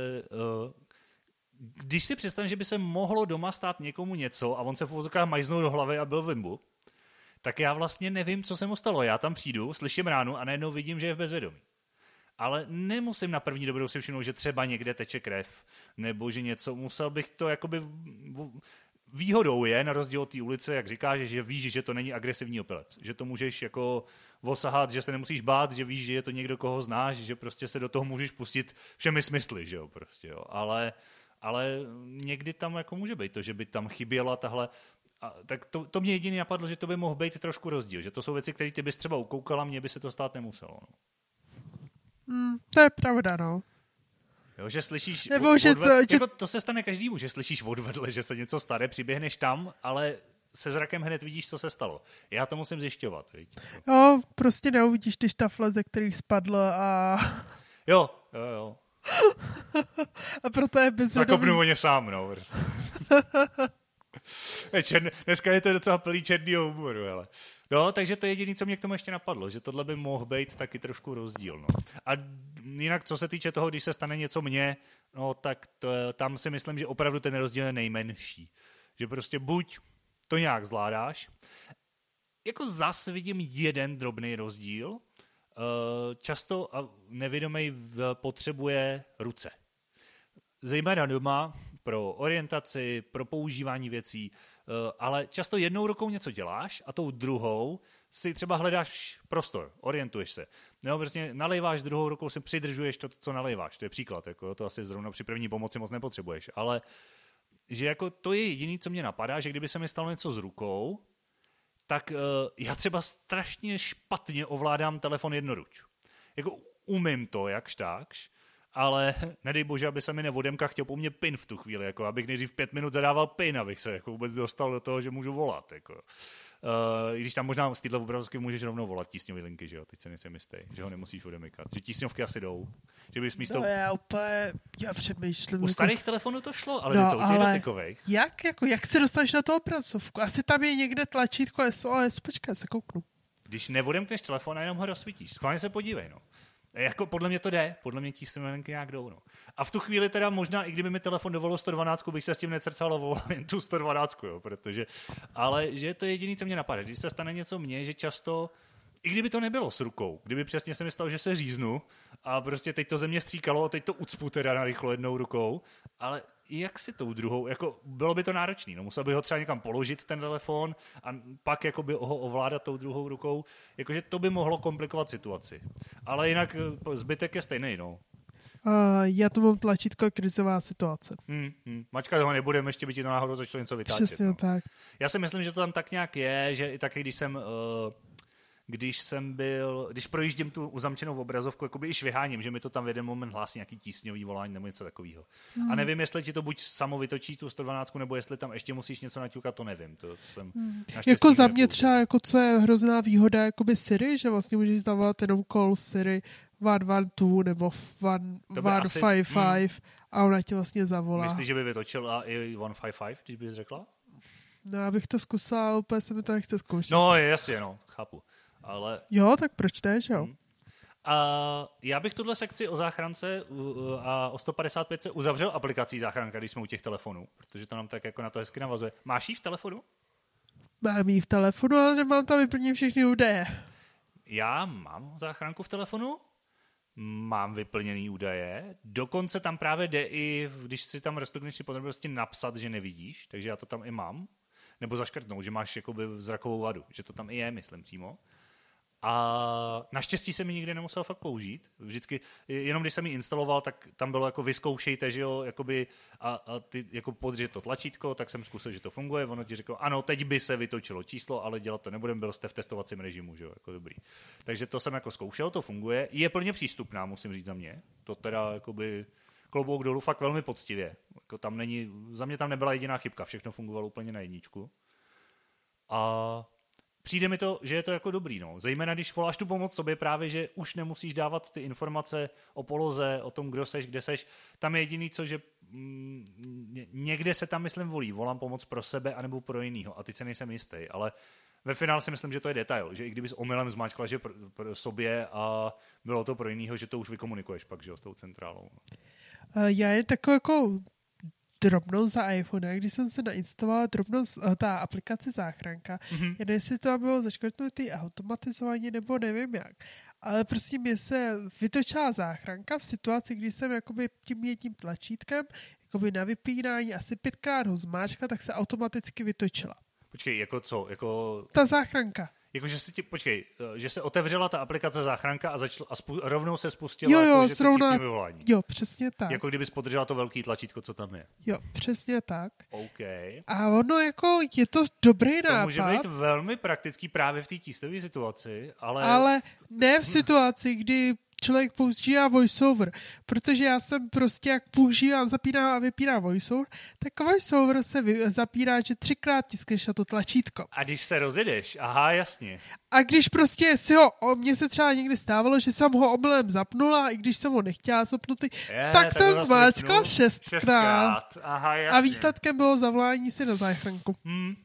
když si představím, že by se mohlo doma stát někomu něco a on se v uvozovkách majznul do hlavy a byl v limbu, tak já vlastně nevím, co se mu stalo. Já tam přijdu, slyším ránu a najednou vidím, že je v bezvědomí. Ale nemusím na první dobrou si všimnout, že třeba někde teče krev, nebo že něco, musel bych to jakoby výhodou je, na rozdíl od té ulice, jak říkáš, že víš, že to není agresivní opilec. Že to můžeš jako osahat, že se nemusíš bát, že víš, že je to někdo, koho znáš, že prostě se do toho můžeš pustit všemi smysly, že jo, prostě, jo. Ale někdy tam jako může být to, že by tam chyběla tahle. Tak to mě jediný napadlo, že to by mohl být trošku rozdíl. Že to jsou věci, které ty bys třeba ukoukala, mně by se to stát nemuselo. No. To je pravda, no. Jo, že slyšíš to se stane každému, že slyšíš odvedle, že se něco stane, přiběhneš tam, ale se zrakem hned vidíš, co se stalo. Já to musím zjišťovat. Víš? Jo, prostě neuvidíš ty štafle, ze kterých spadl a... Jo. A proto je bezvědomý. Zakopnu o ně sám, no. Dneska je to docela plný černýho humoru, hele. No, takže to je jediné, co mě k tomu ještě napadlo, že tohle by mohl být taky trošku rozdíl, no. A jinak, co se týče toho, když se stane něco mně, no, tak tam si myslím, že opravdu ten rozdíl je nejmenší. Že prostě buď to nějak zvládáš, jako zas vidím jeden drobný rozdíl, často nevědomý potřebuje ruce. Zejména doma, pro orientaci, pro používání věcí, ale často jednou rukou něco děláš a tou druhou si třeba hledáš prostor, orientuješ se. No, prostě nalejváš, druhou rukou si přidržuješ to, co nalejváš. To je příklad, jako, to asi zrovna při první pomoci moc nepotřebuješ, ale že jako to je jediný, co mě napadá, že kdyby se mi stalo něco s rukou, tak já třeba strašně špatně ovládám telefon jednoruč. Jako umím to, jakž takž, ale nedej bože, aby se mi nevodemka chtěl po mně pin v tu chvíli, jako abych nejdřív 5 minut zadával pin, abych se jako vůbec dostal do toho, že můžu volat. Jako. I když tam možná z téhle obrazovky můžeš rovnou volat tísňový linky, že jo, teď se nejsem jistý, že ho nemusíš odemykat, že tísňovky asi jdou. Že bys místo... já přemýšlím. U starých telefonů to šlo, ale to u těch dotykových. Jak se dostaneš na tu obrazovku? Asi tam je někde tlačítko SOS, počkej, se kouknu. Když neodemkneš telefon a jenom ho rozsvítíš, schválně se podívej, no. Jako podle mě to jde, podle mě tísňové linky nějak jdou, no. A v tu chvíli teda možná, i kdyby mi telefon dovolil 112, bych se s tím necrcal a volal jen tu 112, jo, protože, ale že to je jediné, co mě napadá. Když se stane něco mně, že často, i kdyby to nebylo s rukou, kdyby přesně se mi stalo, že se říznu a prostě teď to ze mě stříkalo a teď to ucpu teda narychlo jednou rukou, ale jak si tou druhou, jako bylo by to náročný, no, musel bych ho třeba někam položit ten telefon a pak jako by ho ovládat tou druhou rukou, jakože to by mohlo komplikovat situaci. Ale jinak zbytek je stejný, no. Já to mám tlačítko krizová situace. Mačka toho nebudeme, ještě by ti to náhodou začalo něco vytáčet. Přesně no. tak. Já si myslím, že to tam tak nějak je, že i taky, když projíždím tu uzamčenou obrazovku, jakoby i šviháním, že mi to tam v jeden moment hlásí nějaký tísňový volání nebo něco takového. A nevím, jestli ti to buď samo vytočí tu 112, nebo jestli tam ještě musíš něco naťukat, to nevím. To jsem jako za mě třeba, jako co je hrozná výhoda, jakoby Siri, že vlastně můžeš zavolat jenom call Siri 112 nebo 155 a ona ti vlastně zavolá. Myslíš, že by vytočila i 155, když bys řekla? No, abych to zkusila, ale úplně se mi to nechce zkoušet. No, jasně, no, chápu. Ale... Jo, tak proč ne, že jo? A já bych tuhle sekci o záchrance a o 155 uzavřel aplikací záchranka, když jsme u těch telefonů, protože to nám tak jako na to hezky navazuje. Máš jí v telefonu? Mám jí v telefonu, ale nemám tam vyplněné všechny údaje. Já mám záchranku v telefonu, mám vyplněný údaje, dokonce tam právě jde i, když si tam rozklikneš si podrobnosti napsat, že nevidíš, takže já to tam i mám, nebo zaškrtnout, že máš jakoby zrakovou vadu, že to tam i je, myslím přímo. A naštěstí se mi nikdy nemusel fakt použít. Vždycky, jenom když jsem ji instaloval, tak tam bylo jako vyzkoušejte, že jo, jakoby, a ty jako podřít to tlačítko, tak jsem zkusil, že to funguje, ono ti řeklo, ano, teď by se vytočilo číslo, ale dělat to nebudem, byl jste v testovacím režimu, že jo, jako dobrý. Takže to jsem jako zkoušel, to funguje, je plně přístupná, musím říct za mě, to teda jakoby klobouk dolů fakt velmi poctivě, jako tam není, za mě tam nebyla jediná chybka, všechno fungovalo úplně na jedničku. A přijde mi to, že je to jako dobrý, no. Zejména když voláš tu pomoc sobě právě, že už nemusíš dávat ty informace o poloze, o tom, kdo seš, kde seš. Tam je jediný co, že někde se tam, myslím, volí. Volám pomoc pro sebe anebo pro jinýho. A teď se nejsem jistý, ale ve finále si myslím, že to je detail. Že i kdybys omylem zmáčkla, že pro sobě a bylo to pro jinýho, že to už vykomunikuješ pak, že jo, s tou centrálou. Já je takový jako drobnost za iPhone, když jsem se nainstalovala drobnost, ta aplikace záchranka, jen jestli to bylo zaškrtnutý automatizovaně, nebo nevím jak. Ale prostě mě se vytočila záchranka v situaci, kdy jsem jakoby tím jedním tlačítkem jakoby na vypínání asi 5krát ho zmáčkla, tak se automaticky vytočila. Počkej, jako co? Jako... Ta záchranka. Jako, že se otevřela ta aplikace záchranka a rovnou se spustila, jo, že to tísňové vyvolání. Jo, přesně tak. Jako kdybys podržela to velký tlačítko, co tam je. Jo, přesně tak. OK. A ono jako, je to dobrý nápad. To může být velmi praktický právě v té tísňové situaci, ale... Ale ne v situaci, kdy člověk používá voiceover, protože já jsem prostě, jak používám, zapínám a vypínám voiceover, tak voiceover se zapírá, že 3krát tiskneš na to tlačítko. A když se rozjedeš, aha, jasně. A když prostě mně se třeba někdy stávalo, že jsem ho omylem zapnula, i když jsem ho nechtěla zapnutý, tak jsem zmáčkla 6krát. Aha, jasně. A výsledkem bylo zavolání si na záchranku.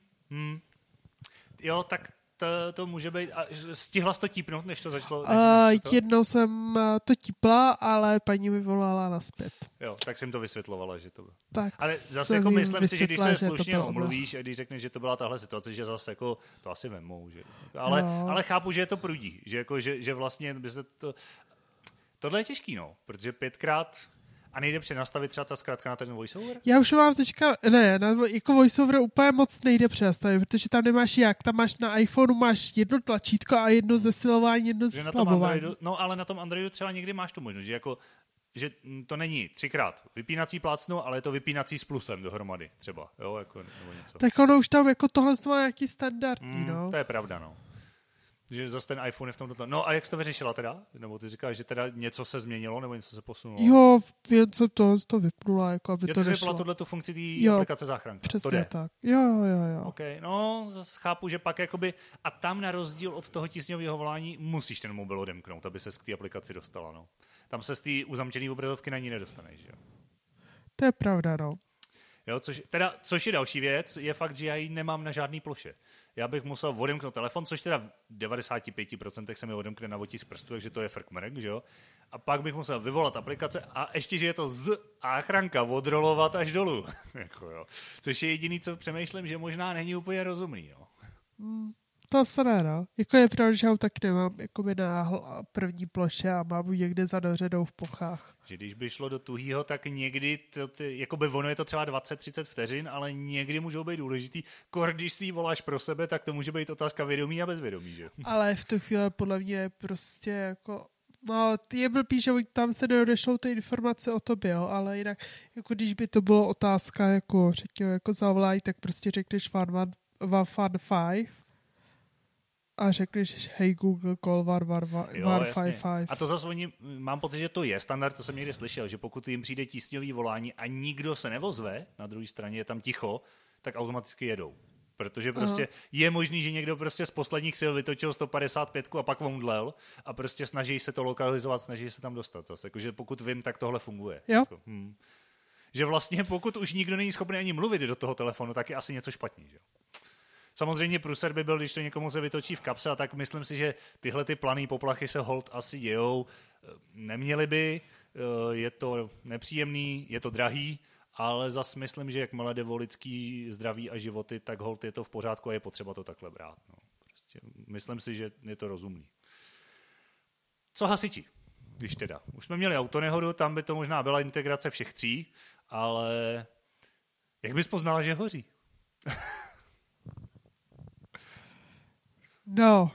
Jo, tak to může být. A stihla jsi to típnout, než to začalo? Jednou jsem to típla, ale paní mi volala nazpět. Jo, tak jsem to vysvětlovala, že to bylo. Tak ale zase jako myslím si, že když se slušně omluvíš a když řekneš, že to byla tahle situace, že zase jako to asi vemou. Že? Ale chápu, že je to prudí. Že, jako, že vlastně by se to... Tohle je těžký, no, protože 5krát... A nejde přenastavit třeba ta zkrátka na ten voiceover? Já už mám teďka, jako voiceover úplně moc nejde přenastavit, protože tam nemáš jak, tam máš na iPhoneu máš jedno tlačítko a jedno zesilování, jedno zeslabování. No ale na tom Androidu třeba někdy máš tu možnost, že to není 3krát vypínací plácnu, ale je to vypínací s plusem dohromady třeba, jo, jako, nebo něco. Tak ono už tam jako tohle má nějaký standardní, no. To je pravda, no. Že zase ten iPhone je v tom dotle. No a jak jsi to vyřešila teda? Nebo ty říkáš, že teda něco se změnilo, nebo něco se posunulo? Jo, jen jsem to vypnula, jako aby to nešlo. vypnula tohleto funkci té aplikace záchranka. Přesně to jde. Tak. Jo. OK, no zase chápu, že pak jakoby, a tam na rozdíl od toho tísňového volání musíš ten mobil odemknout, aby se k té aplikaci dostala, no. Tam se z té uzamčené obrazovky na ní nedostaneš, že jo? To je pravda, no. Jo, což je další věc, je fakt, že já ji nemám na žádný ploše. Já bych musel odemknout telefon, což teda v 95% se mi odemkne na otisk prstu, takže to je frkmerek, že jo? A pak bych musel vyvolat aplikace a ještě, že je to z záchranka odrolovat až dolů. Jako jo. Což je jediný, co přemýšlím, že možná není úplně rozumný. Jo. To se ne, no. Jako je pravda, že ho tak nemám jakoby na první ploše a mám někde zanořenou v pochách. Že když by šlo do tuhýho, tak někdy, jakoby ono je to třeba 20-30 vteřin, ale někdy můžou být důležitý. Když si ji voláš pro sebe, tak to může být otázka vědomí a bezvědomí, že? Ale v tu chvíli podle mě je prostě jako... No, je blbý, že tam se neodešlou ty informace o tobě, jo, ale jinak, jako když by to bylo otázka, jako řekněme, jako zavolaj, tak prostě řekneš 115 a řekneš hej Google, call 155. A to zase mám pocit, že to je standard, to jsem někde slyšel, že pokud jim přijde tísňový volání a nikdo se nevozve, na druhé straně je tam ticho, tak automaticky jedou. Protože prostě je možný, že někdo prostě z posledních sil vytočil 155 a pak omdlel a prostě snaží se to lokalizovat, snaží se tam dostat. Zase. Jakože pokud vím, tak tohle funguje. Jo. Že vlastně pokud už nikdo není schopný ani mluvit do toho telefonu, tak je asi něco špatný. Že? Samozřejmě průser by byl, když to někomu se vytočí v kapse, a tak myslím si, že tyhle ty planý poplachy se hold asi dějou. Neměly by, je to nepříjemný, je to drahý, ale zas myslím, že jakmile jde o lidský zdraví a životy, tak hold je to v pořádku a je potřeba to takhle brát. No. Prostě myslím si, že je to rozumný. Co hasiči? Když teda. Už jsme měli autonehodu, tam by to možná byla integrace všech tří, ale jak bys poznala, že hoří? No,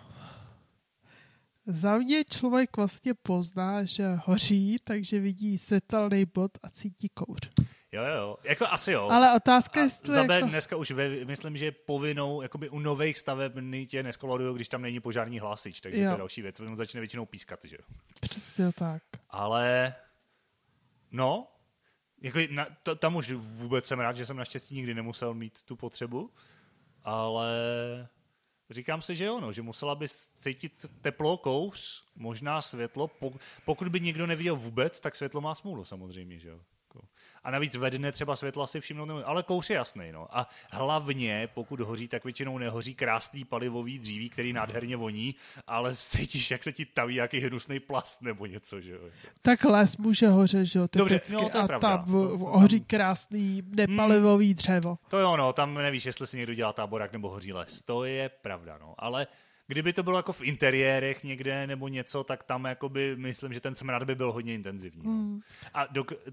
za mě člověk vlastně pozná, že hoří, takže vidí světelný bod a cítí kouř. Jo, jako asi jo. Ale otázka je, jestli za B jako... dneska už myslím, že povinnou, jakoby u nových stavebny tě neskolodujou, když tam není požární hlásič, takže to je další věc. On začne většinou pískat, že jo. Přesně tak. Ale, no, jako tam už vůbec jsem rád, že jsem naštěstí nikdy nemusel mít tu potřebu, ale... Říkám si, že jo, no, že musela bys cítit teplo, kouř, možná světlo. Pokud by někdo neviděl vůbec, tak světlo má smůlu samozřejmě, že jo. A navíc ve dne třeba světla si všimnout nemůže, ale kouř je jasný, no. A hlavně, pokud hoří, tak většinou nehoří krásný palivový dříví, který nádherně voní, ale cítíš, jak se ti taví nějaký hnusný plast nebo něco, že jo. Tak les může hořet, že jo, typicky. Dobře, no, to je pravda. Tam hoří krásný nepalivový dřevo. To jo, no, tam nevíš, jestli si někdo dělá táborák nebo hoří les. To je pravda, no. Ale Kdyby to bylo jako v interiérech někde nebo něco, tak tam jakoby, myslím, že ten smrad by byl hodně intenzivní. A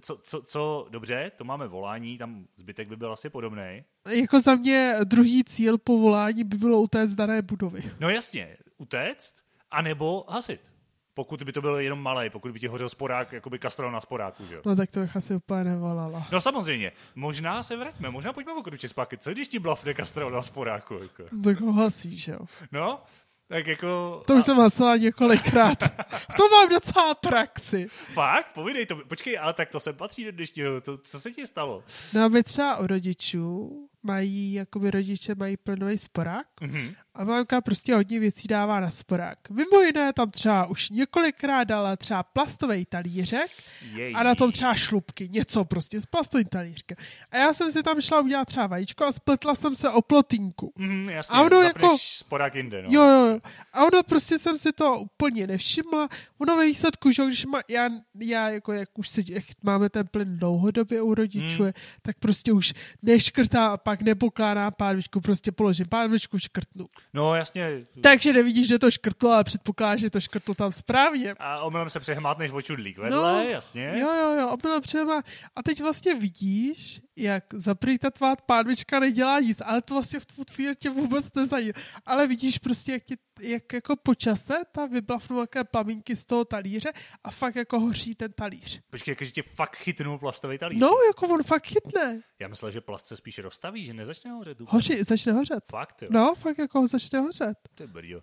dobře, to máme volání, tam zbytek by byl asi podobnej. Jako za mě druhý cíl po volání by bylo utéct z dané budovy. No jasně, utéct, anebo hasit. Pokud by to bylo jenom malé, pokud by ti hořel sporák, jakoby kastrol na sporáku, že jo? No tak to bych asi úplně nevolala. No samozřejmě, možná se vraťme, možná pojďme o kruče zpátky. Co když ti blafne kastrol na sporáku? Jako? Tak ho hasíš, jo? No, tak jako... To už jsem hasila několikrát. To mám docela praxi. Fakt? Povídej to. Počkej, ale tak to sem patří do dnešního. Co se ti stalo? No my třeba u rodičů rodiče mají plynový sporák a mamka prostě hodně věcí dává na sporák. Mimo jiné tam třeba už několikrát dala třeba plastový talířek a na tom třeba šlupky, něco prostě s plastovým talířkem. A já jsem si tam šla udělat třeba vajíčko a spletla jsem se o plotínku. Jasně, a ono jako sporák jinde, no. Jo. A ono prostě jsem si to úplně nevšimla. Ono ve výsledku, že když já jako jak už jak máme ten plyn dlouhodobě u rodičů, tak prostě už neškrtá a pak nepokládá pánvičku, prostě položím pánvičku, škrtnu. No jasně. Takže nevidíš, že to škrtlo, ale předpokládá, že to škrtlo tam správně. A omylem se přehmátneš o čudlík vedle, jasně. Jo, omylem přehmát. A teď vlastně vidíš, jak zaprý ta tvá pánvička nedělá nic, ale to vlastně v tvou chvíli tě vůbec nezajímá. Ale vidíš prostě, jak jako po čase ta vyblafnou nějaké plamínky z toho talíře a fakt jako hoří ten talíř. Počkej, jakože tě fakt chytnul plastový talíř. No, jako on fakt chytne. Já myslel, že plast se spíš rozstaví, že nezačne hořet. Začne hořet. Fakt, jo. No, fakt jako začne hořet. To je brýo.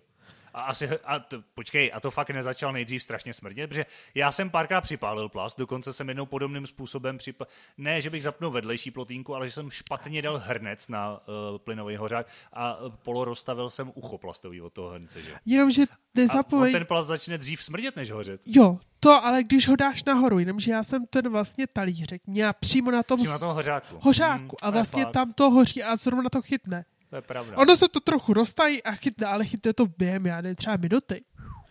Počkej, a to fakt nezačal nejdřív strašně smrdět, protože já jsem párkrát připálil plast, dokonce jsem jednou podobným způsobem ne, že bych zapnul vedlejší plotínku, ale že jsem špatně dal hrnec na plynový hořák a polorozstavil jsem ucho plastový od toho hrnce, že? Jenomže nezapomeň... A ten plast začne dřív smrdět, než hořet. Jo, to ale když ho dáš nahoru, jenomže já jsem ten vlastně talířek měla přímo na tom hořáku a vlastně tam to hoří a zrovna to chytne. To je pravda. Ono se to trochu roztají a chytne, ale chytne to během, já nevím, třeba minuty.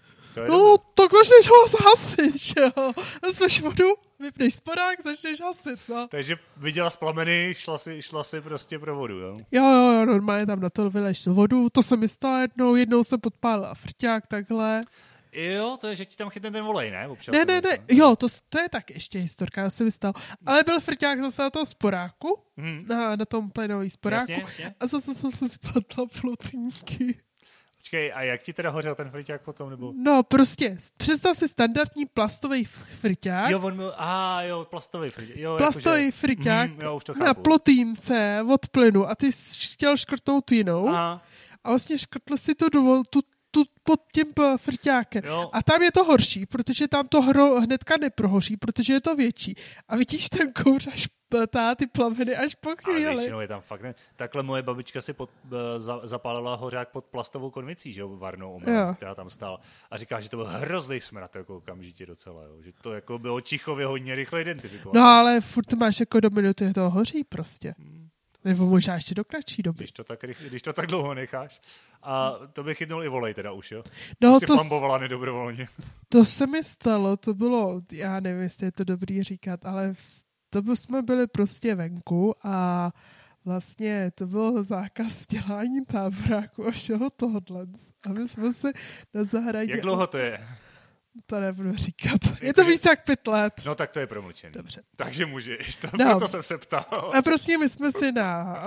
No, tak začneš ho hasit, že jo? Vezmeš vodu, vypneš sporák, začneš hasit, no. Takže viděla z plameny, šla si prostě pro vodu, jo? Jo, normálně tam na to vyleš vodu, to se mi stalo jednou jsem podpálila frťák takhle. Jo, to je, že ti tam chytne ten volej, ne? Občas ne, jo, to je tak ještě historka, to se mi stalo. Ale byl frťák zase na toho sporáku, na tom plynový sporáku jasně. A zase jsem se spletla plotínky. Počkej, a jak ti teda hořel ten friťák potom, nebo? No prostě, představ si standardní plastový friťák. Jo, plastový friťák. Jo, plastový friťák na plotínce od plynu a ty chtěl škrtnout jinou. Aha. A vlastně škrtl si to pod tím frťákem. Jo. A tam je to horší, protože tam to hnedka neprohoří, protože je to větší. A vidíš ten kouř až ty plameny až po chvíli. Ale většinou je tam fakt ne. Takhle moje babička si zapálila hořák pod plastovou konvicí, že jo, varnou která tam stála. A říká, že to byl hrozný smrad, jako okamžitě docela, jo. Že to jako bylo čichově hodně rychle identifikovat. No ale furt máš jako do minuty, to hoří prostě. Nebo možná ještě do kratší doby. Když to tak dlouho necháš. A to bych chytnul i volej teda už, jo? No, to si flambovala nedobrovolně. To se mi stalo, to bylo, já nevím, jestli je to dobrý říkat, ale jsme byli prostě venku a vlastně to byl zákaz dělání táboráku a všeho tohohle. A my jsme si na zahradě... Jak dlouho to je? To nebudu říkat. Je to víc jak 5 let. No tak to je promlčený. Dobře. Takže můžeš. Proto jsem se ptal. A prostě my jsme si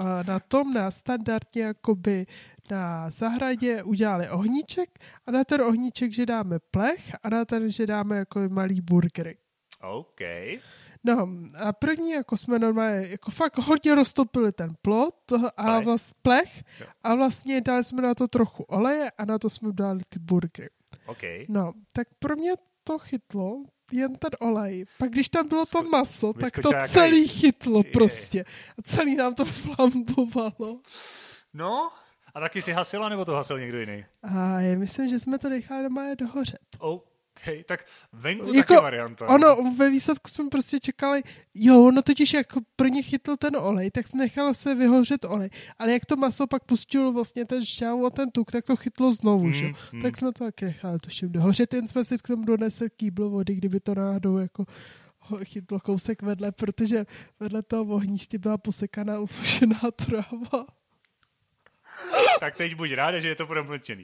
na standardně jakoby na zahradě udělali ohníček a na ten ohníček, že dáme plech a na ten, že dáme jako malý burgery. OK. No a první jako jsme normálně jako fakt hodně roztopili ten plot a plech a vlastně dali jsme na to trochu oleje a na to jsme dali ty burgery. Okay. No, tak pro mě to chytlo jen ten olej. Pak když tam bylo to maso, tak to celý chytlo prostě. A celý nám to flambovalo. No, a taky si hasila, nebo to hasil někdo jiný? A já myslím, že jsme to nechali doma dohořet. Okay, tak venku jako, taky varianta. Ono, ve výsledku jsme prostě čekali, ono totiž jako pro ně chytl ten olej, tak nechalo se vyhořet olej. Ale jak to maso pak pustilo vlastně ten šťávu a ten tuk, tak to chytlo znovu, že? Tak jsme to taky nechali tuším dohořet, jen jsme si k tomu donesli kýblo vody, kdyby to náhodou jako chytlo kousek vedle, protože vedle toho ohniště byla posekaná usušená tráva. Tak teď buď ráda, že je to promlčený.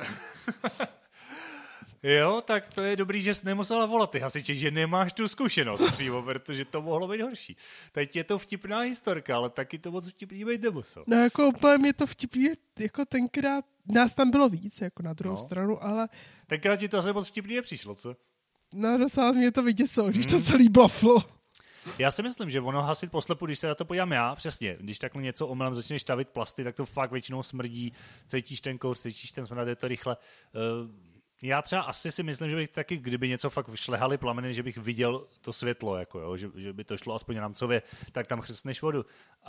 Jo, tak to je dobrý, že jsi nemusela volat ty hasiče, že nemáš tu zkušenost přímo, protože to mohlo být horší. Teď je to vtipná historka, ale taky to moc vtipný být nemusel. No jako úplně mě to vtipný, jako tenkrát, nás tam bylo víc, jako na druhou stranu, ale... Tenkrát ti to asi moc vtipný nepřišlo, co? No docela mě to vyděsilo, když to celý blaflo. Já si myslím, že ono hasit poslepu, když se na to podívám já, přesně, když takhle něco omylem začneš stavit plasty, tak to fakt většinou smrdí, cítíš ten kouř, cítíš ten smrad, je to rychle. Já třeba asi si myslím, že bych taky, kdyby něco fakt šlehali plameny, že bych viděl to světlo, jako jo, že by to šlo aspoň rámcově, tak tam chřestneš vodu.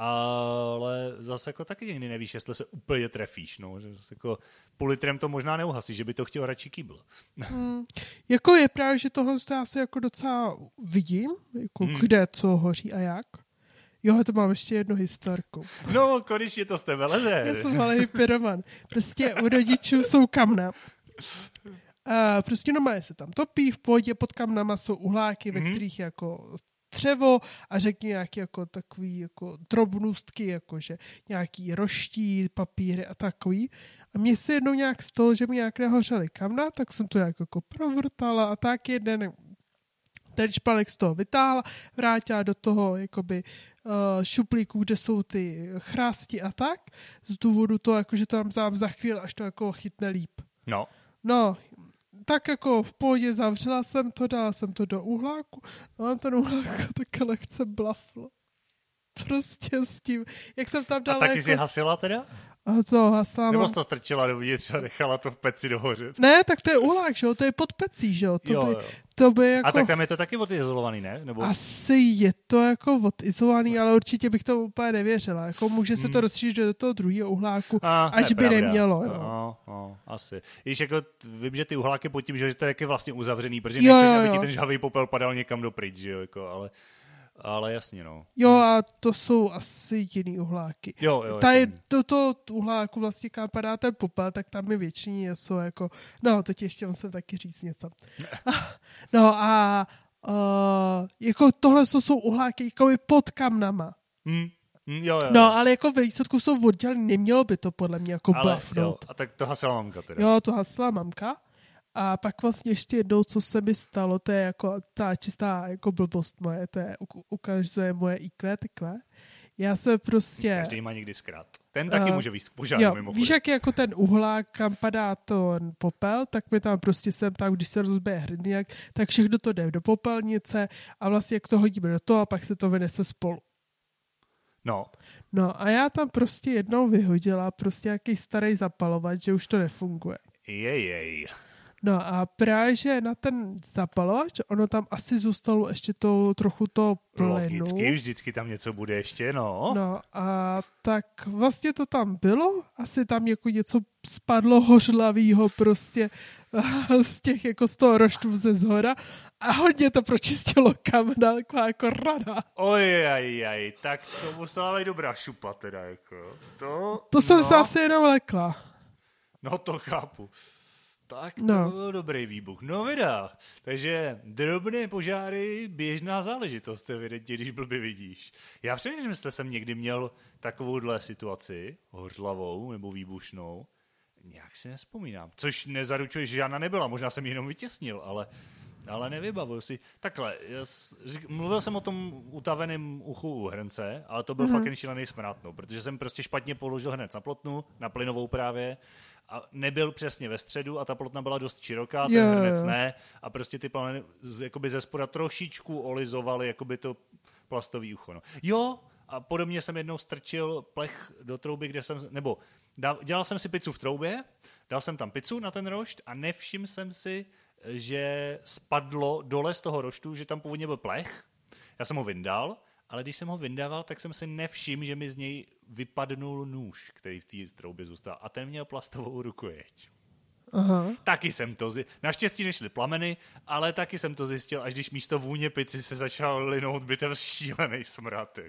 Ale zase jako taky někdy nevíš, jestli se úplně trefíš, no, že jako půl litrem to možná neuhasíš, že by to chtěl radši kýbl. Jako je právě, že tohle já se jako docela vidím, jako kde co hoří a jak. Jo, to mám ještě jednu historku. No, konečně to z tebe leze. Já jsem malý pyroman. Prostě u rodičů jsou kamna. A prostě normálně se tam topí, v pohodě pod kamnama jsou uhláky, ve kterých jako dřevo a řekni nějaký jako takový jako drobnůstky, jakože nějaký roští, papíry a takový. A mně se jednou nějak stalo, že mi nějak nehořely kamna, tak jsem to nějak jako provrtala a tak jeden ten špalek z toho vytáhla, vrátila do toho jakoby šuplíku, kde jsou ty chrásti a tak, z důvodu toho, jako, že to tam za chvíli, až to jako chytne líp. No, tak jako v pohodě zavřela jsem to, dala jsem to do uhláku, no a ten uhlák tak lehce blaflo. Prostě s tím, jak jsem tam dala... A taky jako... jsi hasila teda? A to hasla... Nebo jsi to strčila dovnitř a nechala to v peci dohořet? Ne, tak to je uhlák, že jo, to je pod pecí, že jo. To by jako... A tak tam je to taky odizolovaný, ne? Nebo... Asi je to jako odizolovaný, ale určitě bych to úplně nevěřila. Jako může se to rozšířit do toho druhého uhláku, až by nemělo. Jo. No, asi. Víš, jako vím, že ty uhláky pod tím, že to je taky vlastně uzavřený, protože nechceš, aby ti ten žhavý popel padal někam dopryč, že jo, jako, ale jasně, no. Jo, a to jsou asi jiný uhláky. Jo. To uhláku vlastně, kam padá ten popel, tak tam je většině jsou jako, no, to ti ještě musím taky říct něco. No a jako tohle jsou uhláky jako pod kamnama. Jo. No, ale jako ve výsledku jsou oddělený, nemělo by to podle mě jako blafnout. A tak to hasila mamka teda. Jo, to hasila mamka. A pak vlastně ještě jednou, co se mi stalo, to je jako ta čistá jako blbost moje, to je, ukazuje moje IQ, takové. Já se prostě... Každý má někdy zkrát. Ten taky může víc požádat mimochodem. Víš, jak je jako ten uhlák, kam padá ten popel, tak mi tam prostě sem tam, když se rozbije hrnýak, tak všechno to jde do popelnice a vlastně jak to hodíme do toho a pak se to vynese spolu. No a já tam prostě jednou vyhodila prostě nějaký starý zapalovač, že už to nefunguje. Jej. No a právě na ten zapalovač, ono tam asi zůstalo ještě trochu to plynu. Vždycky tam něco bude ještě, no. No a tak vlastně to tam bylo, asi tam jako něco spadlo hořlavýho prostě z těch jako z toho roštu ze zhora a hodně to pročistilo kamna, jako rada. Ojej, tak to musela být dobrá šupa teda, jako. To jsem se asi jenom lekla. No to chápu. Tak to byl dobrý výbuch. No vydá. Takže drobné požáry, běžná záležitost, evidentně, když blbě vidíš. Já přemýšlím, jestli jsem někdy měl takovouhle situaci, hořlavou nebo výbušnou. Nějak si nespomínám. Což nezaručuje, že žádná nebyla. Možná jsem ji jenom vytěsnil, ale nevybavuju si. Takhle, mluvil jsem o tom utaveném uchu u hrnce, ale to byl fakt šílený smrad, protože jsem prostě špatně položil hned na plotnu, na plynovou právě, a nebyl přesně ve středu a ta plotna byla dost široká, ten hrnec ne, a prostě ty plameny jakoby ze spoda trošičku olizovaly jakoby to plastový ucho. No. Jo, a podobně jsem jednou strčil plech do trouby, kde jsem, nebo dělal jsem si pizzu v troubě, dal jsem tam pizzu na ten rošt a nevšiml jsem si, že spadlo dole z toho roštu, že tam původně byl plech. Já jsem ho vyndal, ale když jsem ho vyndával, tak jsem si nevšiml, že mi z něj vypadnul nůž, který v té troubě zůstal. A ten měl plastovou rukojeť. Aha. Taky jsem to naštěstí nešly plameny, ale taky jsem to zjistil, až když místo vůně pici se začal linout bitev šílený smrad.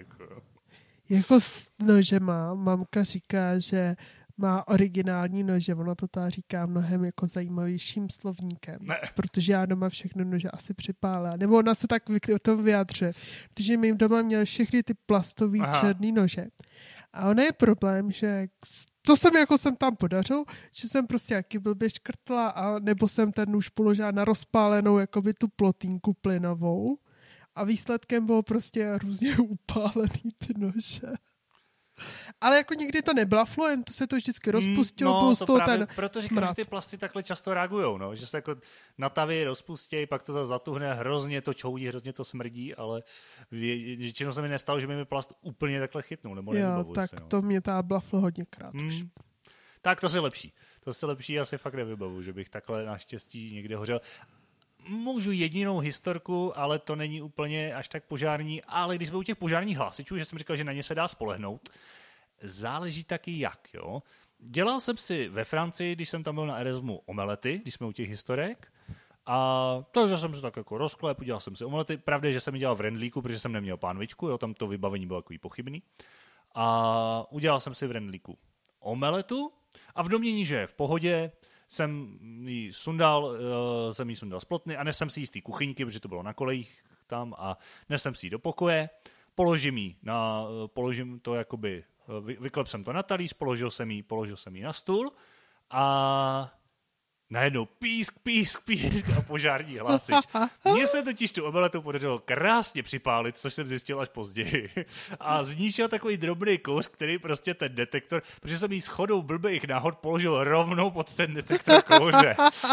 Jako s nožema, mamka říká, že má originální nože, ona to ta říká mnohem jako zajímavějším slovníkem, protože já doma všechny nože asi připálila, nebo ona se tak o tom vyjadřuje, protože my doma měli všechny ty plastový černý nože a ono je problém, že to jsem tam podařil, že jsem prostě jaký blbě škrtla a nebo jsem ten nůž položila na rozpálenou jakoby tu plotínku plynovou a výsledkem bylo prostě různě upálený ty nože. Ale jako nikdy to nebyla fluent, to se to vždycky rozpustilo, plus to právě, ten proto říkám, že ty plasty takhle často reagujou, no, že se jako na tavě rozpustějí, pak to zase zatuhne, hrozně to čoudí, hrozně to smrdí, ale většinou se mi nestalo, že mi plast úplně takhle chytnul, nebo jo, tak se, no. To mě ta blaflo hodněkrát už. Tak to se lepší. To se lepší asi fakt nevybavu, že bych takhle naštěstí někde hořel. Můžu jedinou historku, ale to není úplně až tak požární, ale když jsme u těch požárních hlásičů, že jsem říkal, že na ně se dá spolehnout, záleží taky jak, jo. Dělal jsem si ve Francii, když jsem tam byl na Erasmu, omelety, když jsme u těch historek, a takže jsem se tak jako rozklep, udělal jsem si omelety, pravda je, že jsem je dělal v Rendlíku, protože jsem neměl pánvičku, jo, tam to vybavení bylo takový pochybný, a udělal jsem si v Rendlíku omeletu a v domění, že je v pohodě, jsem jí sundal z plotny a nesem si jí z té kuchyňky, protože to bylo na kolejích tam a nesem si ji do pokoje, položím to jakoby, vyklep jsem to na talíř, položil jsem jí na stůl a najednou písk a požární hlásič. Mně se totiž tu omeletu podařilo krásně připálit, což jsem zjistil až později. A z ní šel takový drobný kouř, který prostě ten detektor, protože jsem jí shodou blbých náhod položil rovnou pod ten detektor kouře.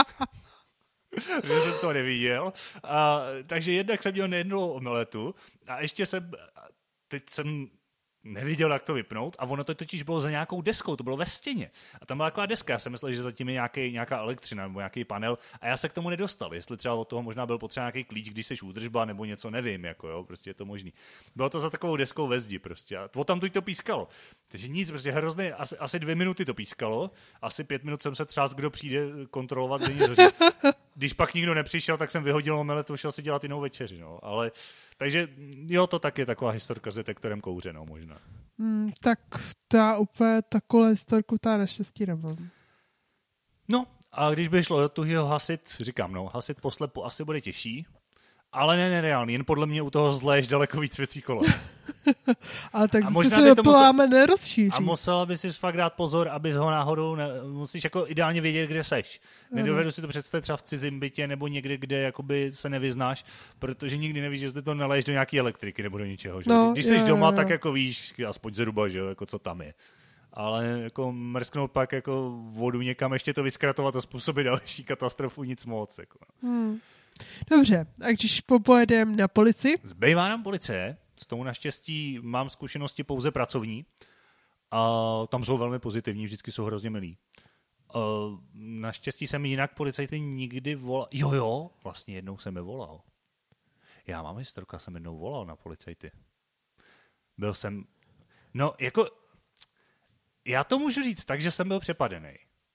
Že jsem to neviděl. Takže jednak jsem měl nejednou omeletu a ještě teď jsem neviděl, jak to vypnout a ono to totiž bylo za nějakou deskou, to bylo ve stěně. A tam byla taková deska, já jsem myslel, že zatím je nějaká elektřina nebo nějaký panel a já se k tomu nedostal. Jestli třeba od toho možná byl potřeba nějaký klíč, když seš údržba nebo něco, nevím, jako jo, prostě je to možný. Bylo to za takovou deskou ve zdi prostě a tam to pískalo. Takže nic, prostě hrozně, asi 2 minuty to pískalo, asi 5 minut jsem se třás, kdo přijde kontrolovat, když pak nikdo nepřišel, tak jsem vyhodil omeletu, šel si dělat jinou večeři, no, ale takže jo, to tak je taková historka s detektorem kouře, no, možná. Tak ta úplně takovou historku ta naštěstí nemám. No, a když by šlo tuhýho hasit, říkám, no, hasit poslepu asi bude těžší, ale nereálný, jen podle mě u toho zléš daleko víc věcí kolem. Ale tak se to plámen nerozšíří. A musela by si fakt dát pozor, abys ho náhodou, musíš jako ideálně vědět, kde seš. Nedovedu si to představit třeba v cizím bytě nebo někde, kde jakoby se nevyznáš, protože nikdy nevíš, že to naleješ do nějaké elektriky nebo do ničeho. Že? No, když jsi doma, tak jako víš, aspoň zhruba, že jo, jako co tam je. Ale jako mrsknout pak jako vodu někam, ještě to vyskratovat a způsobit další katastrofu, nic moc. Jako. Dobře, a když pojedeme na policii? Zbývá nám policie, s tou naštěstí mám zkušenosti pouze pracovní a tam jsou velmi pozitivní, vždycky jsou hrozně milí. Naštěstí jsem jinak policajty nikdy volal. Jo, vlastně jednou jsem je volal. Já mám historku, jsem jednou volal na policajty. Byl jsem, no jako, já to můžu říct tak, že jsem byl přepadený.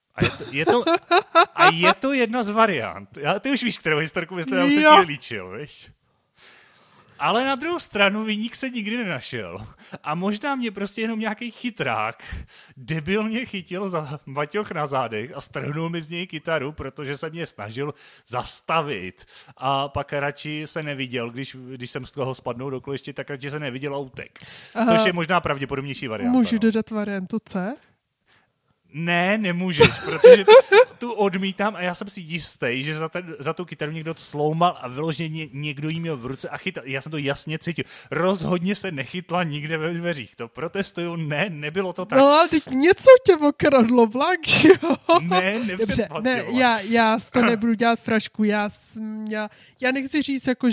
A je to jedna z variant. Ty už víš, kterou historku myslím, já už jsem ti líčil, víš? Ale na druhou stranu viník se nikdy nenašel. A možná mě prostě jenom nějaký chytrák debilně chytil za baťoch na zádech a strhnul mi z něj kytaru, protože se mě snažil zastavit. A pak radši se neviděl, když jsem z toho spadnul do kliště, tak radši se neviděl a utek. Což je možná pravděpodobnější varianta. Můžu dodat variantu C? Ne, nemůžeš, protože tu odmítám a já jsem si jistý, že za tu kytaru někdo sloumal a vyloženě někdo jí měl v ruce a chytal. Já jsem to jasně cítil. Rozhodně se nechytla nikde ve dveřích. To protestuju, nebylo to tak. No ale teď něco tě okradlo vlak, že jo? Ne, nepředpadlo. Ne, já to nebudu dělat frašku. Já nechci říct jako,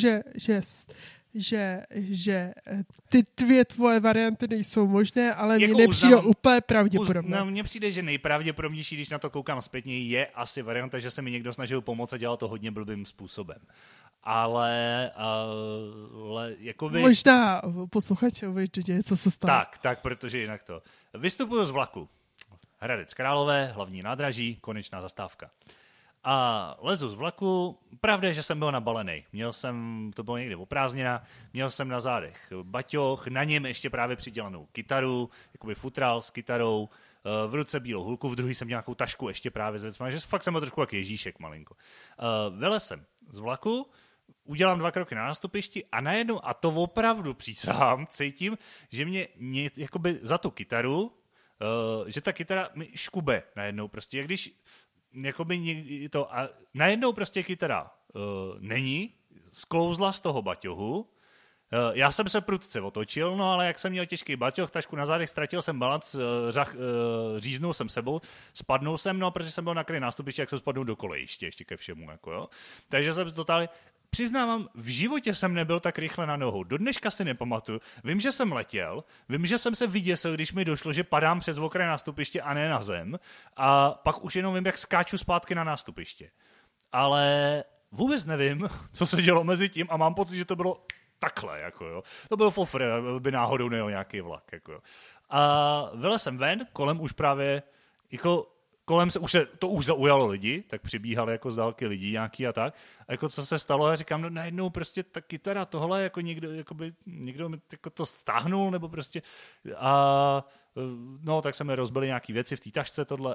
že ty tvoje varianty nejsou možné, ale jako mně nepřijde úplně pravděpodobné. Mně přijde, že nejpravděpodobnější, když na to koukám zpětně, je asi varianta, že se mi někdo snažil pomoct a dělal to hodně blbým způsobem. Ale jakoby... Možná posluchače uvědět, co se stalo. Tak, protože jinak to. Vystupuju z vlaku. Hradec Králové, hlavní nádraží, konečná zastávka. A lezu z vlaku, pravda je, že jsem byl nabalený. To bylo někde o prázdninách, měl jsem na zádech baťoch, na něm ještě právě přidělanou kytaru, jakoby futral s kytarou, v ruce bílou hulku, v druhý jsem měl nějakou tašku ještě právě s věcmi, že fakt jsem byl trošku jak Ježíšek malinko. Vylez jsem z vlaku, udělám 2 kroky na nástupišti a najednou, a to opravdu přísahám, cítím, že mě jakoby za tu kytaru že ta kytara mi škube najednou prostě, jak když jakoby to, a najednou prostě kytara není, sklouzla z toho baťohu, já jsem se prudce otočil, no ale jak jsem měl těžký baťoh, tašku na zádech, ztratil jsem balanc, říznul jsem sebou, spadnul jsem, no protože jsem byl na kraji nástupiště, jak jsem spadnul do kolejiště ještě ke všemu, jako jo. Takže jsem totálně, přiznávám, v životě jsem nebyl tak rychle na nohou. Do dneška si nepamatuju. Vím, že jsem letěl, vím, že jsem se vyděsil, když mi došlo, že padám přes okraj nástupiště a ne na zem. A pak už jenom vím, jak skáču zpátky na nástupiště. Ale vůbec nevím, co se dělo mezi tím a mám pocit, že to bylo takhle, jako jo. To byl fofr, by náhodou nejel nějaký vlak, jako jo. A vylez jsem ven, kolem už právě, jako kolem to už zaujalo lidi, tak přibíhali jako z dálky lidi nějaký a tak. A jako co se stalo, já říkám, no najednou prostě ta kytara, tohle, jako někdo mi jako to stáhnul, nebo prostě a no, tak se mi rozbili nějaký věci v té tašce tohle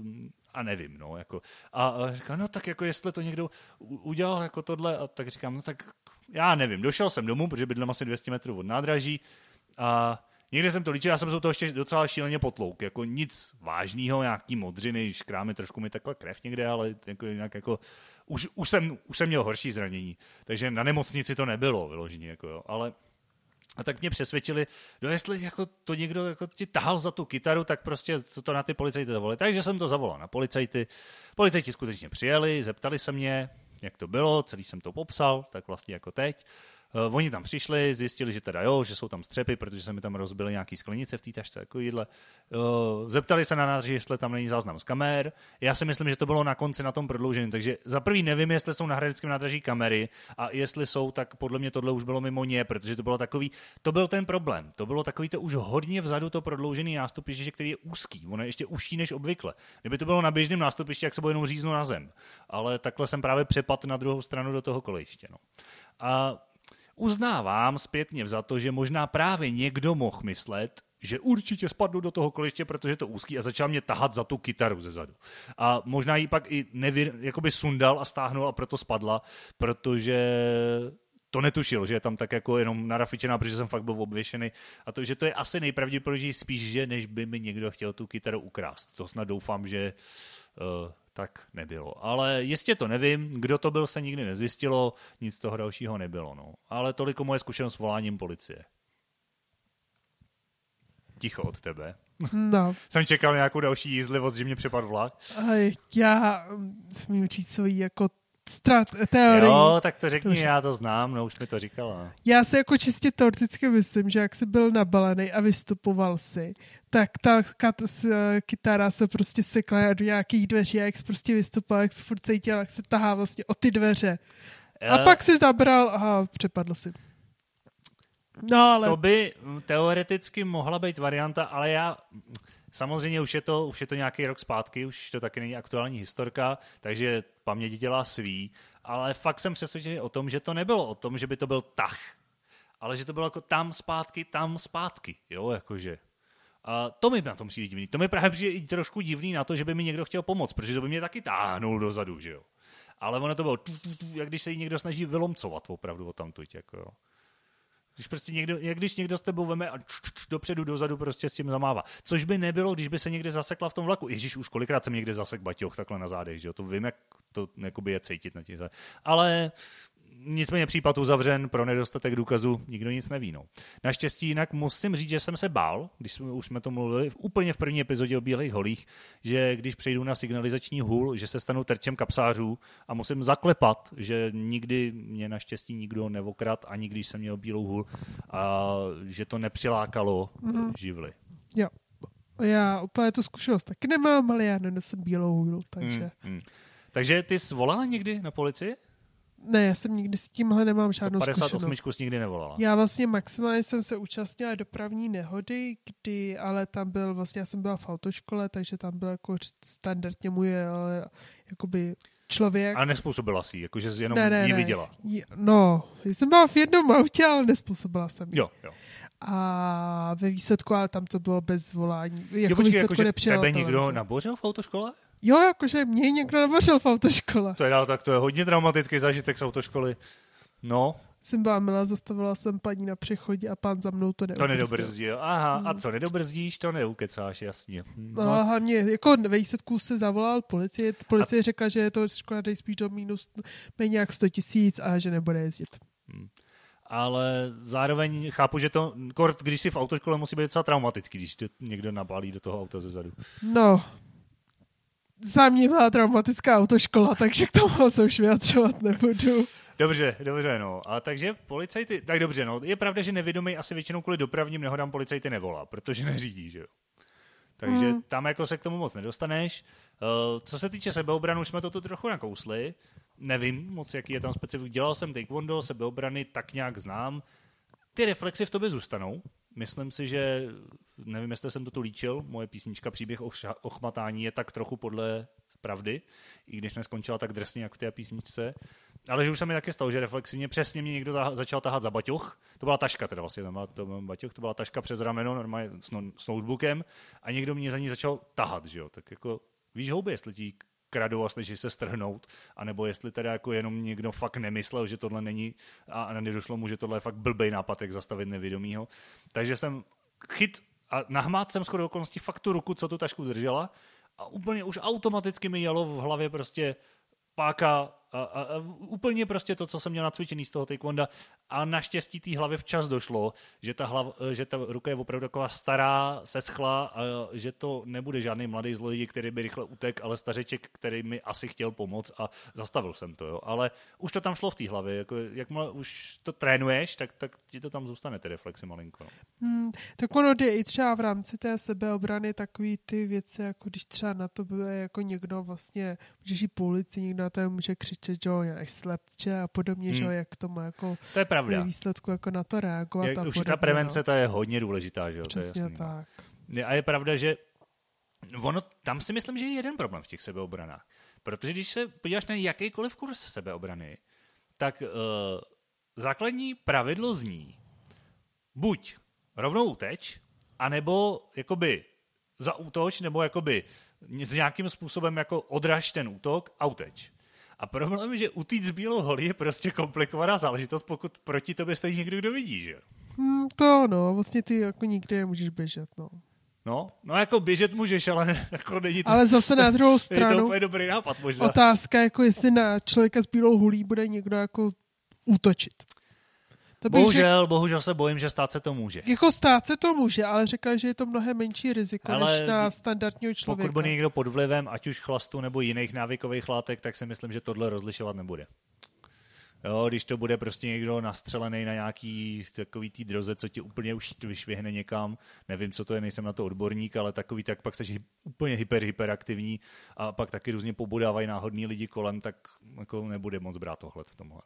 a nevím, no, jako. A říkám, no tak jako jestli to někdo udělal jako tohle, a tak říkám, no tak já nevím, došel jsem domů, protože bydlím asi 200 metrů od nádraží a někde jsem to líčil, já jsem se u toho ještě docela šíleně potlouk, jako nic vážného, nějaký modřiny, škrámy, trošku mi takhle krev někde, ale jako, jinak jako, už jsem měl horší zranění, takže na nemocnici to nebylo vyloženě, jako jo, ale a tak mě přesvědčili, no jestli jako to někdo jako ti tahal za tu kytaru, tak prostě to na ty policajty zavolali. Takže jsem to zavolal na policajty. Policajti skutečně přijeli, zeptali se mě, jak to bylo, celý jsem to popsal, tak vlastně jako teď. Oni tam přišli, zjistili, že teda jo, že jsou tam střepy, protože se mi tam rozbily nějaký sklenice v té tašce, jako jídle. Zeptali se na nás, jestli tam není záznam z kamer. Já si myslím, že to bylo na konci na tom prodloužení, takže za prvý nevím, jestli jsou na Hradeckém nádraží kamery a jestli jsou, tak podle mě tohle už bylo mimo ně, protože to bylo takový, to byl ten problém. To bylo takový to už hodně vzadu to prodloužený nástupiště, který je úzký, ono je ještě užší než obvykle. Kdyby to bylo na běžném nástupišti, jak se bylo jenom říznu na zem. Ale takhle jsem právě přepadl na druhou stranu do toho kolejiště, no. A uznávám zpětně za to, že možná právě někdo mohl myslet, že určitě spadnu do toho kolejiště, protože je to úzký a začal mě tahat za tu kytaru zezadu. A možná ji pak i jakoby sundal a stáhnul a proto spadla, protože to netušil, že je tam tak jako jenom narafičená, protože jsem fakt byl obvěšený. A to, že to je asi nejpravděpodobnější spíš, že než by mi někdo chtěl tu kytaru ukrást. To snad doufám, že tak nebylo. Ale jistě to nevím, kdo to byl, se nikdy nezjistilo, nic toho dalšího nebylo. No. Ale toliko moje zkušenost s voláním policie. Ticho od tebe. No. Jsem čekal nějakou další jízlivost, že mě přepadl vlak. Já smím učit svojí jako teorii. Jo, tak to řekni, já to znám, no už mi to říkala. Já si jako čistě teoreticky myslím, že jak jsi byl nabalený a vystupoval si, tak ta kytara se prostě sekla do nějakých dveří a jak jsi prostě vystupoval, jak jsi furt cítil, jak se tahá vlastně o ty dveře. A pak si zabral a přepadl si. No, ale... To by teoreticky mohla být varianta, ale já... Samozřejmě už je to nějaký rok zpátky, už to taky není aktuální historka, takže paměť dělá svý, ale fakt jsem přesvědčený o tom, že to nebylo o tom, že by to byl tah, ale že to bylo jako tam zpátky, jo, jakože. A to mi na tom přijde divný. To mi právě přijde i trošku divný na to, že by mi někdo chtěl pomoct, protože to by mě taky táhnul dozadu, že jo. Ale ono to bylo jak když se jí někdo snaží vylomcovat opravdu o tamtuť, jako jo. Když někdo s tebou veme a dopředu, dozadu prostě s tím zamává. Což by nebylo, když by se někde zasekla v tom vlaku. Ježíš, už kolikrát jsem někde zasek baťoch takhle na zádech, že jo? To vím, jak to je cítit na těch zádech. Ale nicméně případ uzavřen pro nedostatek důkazu, nikdo nic neví. No. Naštěstí jinak musím říct, že jsem se bál, když už jsme to mluvili úplně v první epizodě o Bílých holích, že když přejdu na signalizační hůl, že se stanu terčem kapsářů a musím zaklepat, že nikdy mě naštěstí nikdo nevokrad, ani když jsem měl bílou hůl a že to nepřilákalo živly. Jo. Já úplně tu zkušenost taky nemám, ale já nenosím bílou hůl, takže... Takže ty jsi volala někdy na policii? Ne, já jsem nikdy s tímhle nemám žádnou 58 jsi nikdy nevolala. Já vlastně maximálně jsem se účastnila dopravní nehody, ale tam byl vlastně, já jsem byla v autoškole, takže tam byl jako standardně můj, ale jakoby člověk. A nespůsobila si, jakože jsi jenom ji viděla. No, jsem byla v jednom autě, ale nespůsobila jsem ji. Jo. A ve výsledku, ale tam to bylo bez volání. Počkej, jakože tebe někdo nabořil v autoškole? Jo, jakože mě někdo nabořil v autoškole. Tak to je hodně dramatický zážitek z autoškoly. No, jsem byla milá, zastavila jsem paní na přechodě a pán za mnou to nedobrzdil. Aha, a co nedobrzdíš, to neukecáš, jasně. No. A hlavně, jako ve výsledku se zavolal policie řekla, že je to škoda dej spíš do minus méně jak 100 000 a že nebude jezdit. Ale zároveň chápu, že to, když jsi v autoškole, musí být docela traumatický, když někdo nabálí do toho auta zezadu. No, za mě byla traumatická autoškola, takže k tomu se už vyjadřovat nebudu. Dobře, no. A takže policajty, tak dobře, no. Je pravda, že nevědomý asi většinou kvůli dopravním nehodám policajty nevolá, protože neřídí, že jo. Takže tam jako se k tomu moc nedostaneš. Co se týče sebeobranu, už jsme to tu trochu nakousli. Nevím moc, jaký je tam specifik. Dělal jsem taekwondo, sebeobrany tak nějak znám. Ty reflexy v tobě zůstanou. Myslím si, že, nevím, jestli jsem to tu líčil, moje písnička Příběh o chmatání je tak trochu podle pravdy, i když neskončila tak drsně, jak v té písničce. Ale že už se mi taky stalo, že reflexivně přesně mě někdo začal tahat za baťoch. To byla taška, teda vlastně, to byla taška přes rameno, normálně s notebookem a někdo mě za ní začal tahat, že jo. Tak jako víš houby, jestli ti kradou a snaží se strhnout, anebo jestli teda jako jenom někdo fakt nemyslel, že tohle není a nedošlo mu, že tohle je fakt blbej nápad, jak zastavit nevědomýho. Takže jsem chyt a nahmát jsem shodou okolností fakt tu ruku, co tu tašku držela a úplně už automaticky mi jelo v hlavě prostě páka a úplně prostě to, co jsem měl nacvičený z toho taekwonda a naštěstí té hlavě včas došlo, že ta ruka je opravdu taková stará, seschla a že to nebude žádný mladý zloděj, který by rychle utek, ale stařeček, který mi asi chtěl pomoct a zastavil jsem to, jo. Ale už to tam šlo v té hlavě, jako, jakmile už to trénuješ, tak ti to tam zůstane, ty reflexy malinko. Tak ono jde i třeba v rámci té sebeobrany takový ty věci, jako když třeba na to bude jako někdo vlastně, můžeš jít po ulici, někdo na to může křičet, že jo, až slepče a podobně, že jo, jak to má jako to je pravda. Výsledku jako na to reagovat. Už ta prevence, ta je hodně důležitá, že jo, přesně to je jasný. Tak. A je pravda, že tam si myslím, že je jeden problém v těch sebeobranách. Protože když se podíváš na jakýkoliv kurz sebeobrany, tak základní pravidlo zní buď rovnou uteč, anebo jakoby zaútoč, nebo jakoby s nějakým způsobem jako odraž ten útok a uteč. A problém je, že utíct z bílou holí je prostě komplikovaná záležitost, pokud proti tobě stojí někdo, kdo vidí, že jo? Vlastně ty jako nikdy nemůžeš běžet, no. No jako běžet můžeš, ale jako není to... Ale zase na druhou stranu... Je to úplně dobrý nápad možná. Otázka, jako jestli na člověka s bílou hulí bude někdo jako útočit. Bohužel se bojím, že stát se to může. Jako stát se to může, ale řekl, že je to mnohem menší riziko než na standardního člověka. Pokud bude někdo pod vlivem, ať už chlastu nebo jiných návykových látek, tak si myslím, že tohle rozlišovat nebude. Jo, když to bude prostě někdo nastřelený na nějaký takový tý droze, co ti úplně už vyšvihne někam, nevím, co to je, nejsem na to odborník, ale takový, tak pak jsi úplně hyperaktivní a pak taky různě pobudávají náhodní lidi kolem, tak jako nebude moc brát ohled v tomhle.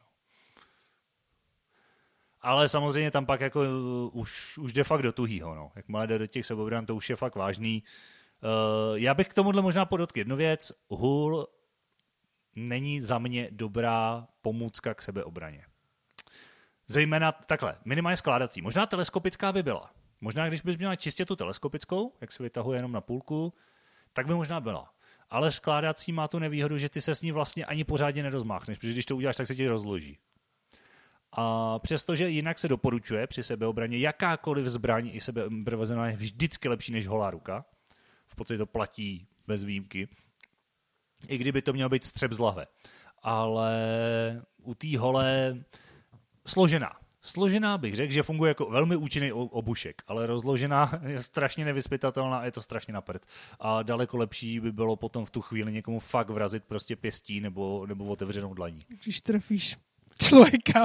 Ale samozřejmě tam pak jako už jde fakt do tuhýho, no. Jakmile jde do těch sebobran, to už je fakt vážný. Já bych k tomuhle možná podotkl jednu věc. Hůl není za mě dobrá pomůcka k sebeobraně. Zejména takhle, minimálně skládací. Možná teleskopická by byla. Možná, když bys měla čistě tu teleskopickou, jak se vytahuje jenom na půlku, tak by možná byla. Ale skládací má tu nevýhodu, že ty se s ní vlastně ani pořádně nerozmáchneš, protože když to uděláš, tak se ti rozloží. A přestože jinak se doporučuje při sebeobraně jakákoliv zbraň i sebeobrana je vždycky lepší než holá ruka. V podstatě to platí bez výjimky. I kdyby to měl být střep z lahve. Ale u té holé složená bych řekl, že funguje jako velmi účinný obušek, ale rozložená je strašně nevyzpytatelná a je to strašně na prd. A daleko lepší by bylo potom v tu chvíli někomu fakt vrazit prostě pěstí nebo otevřenou dlaní. Když trefíš člověka.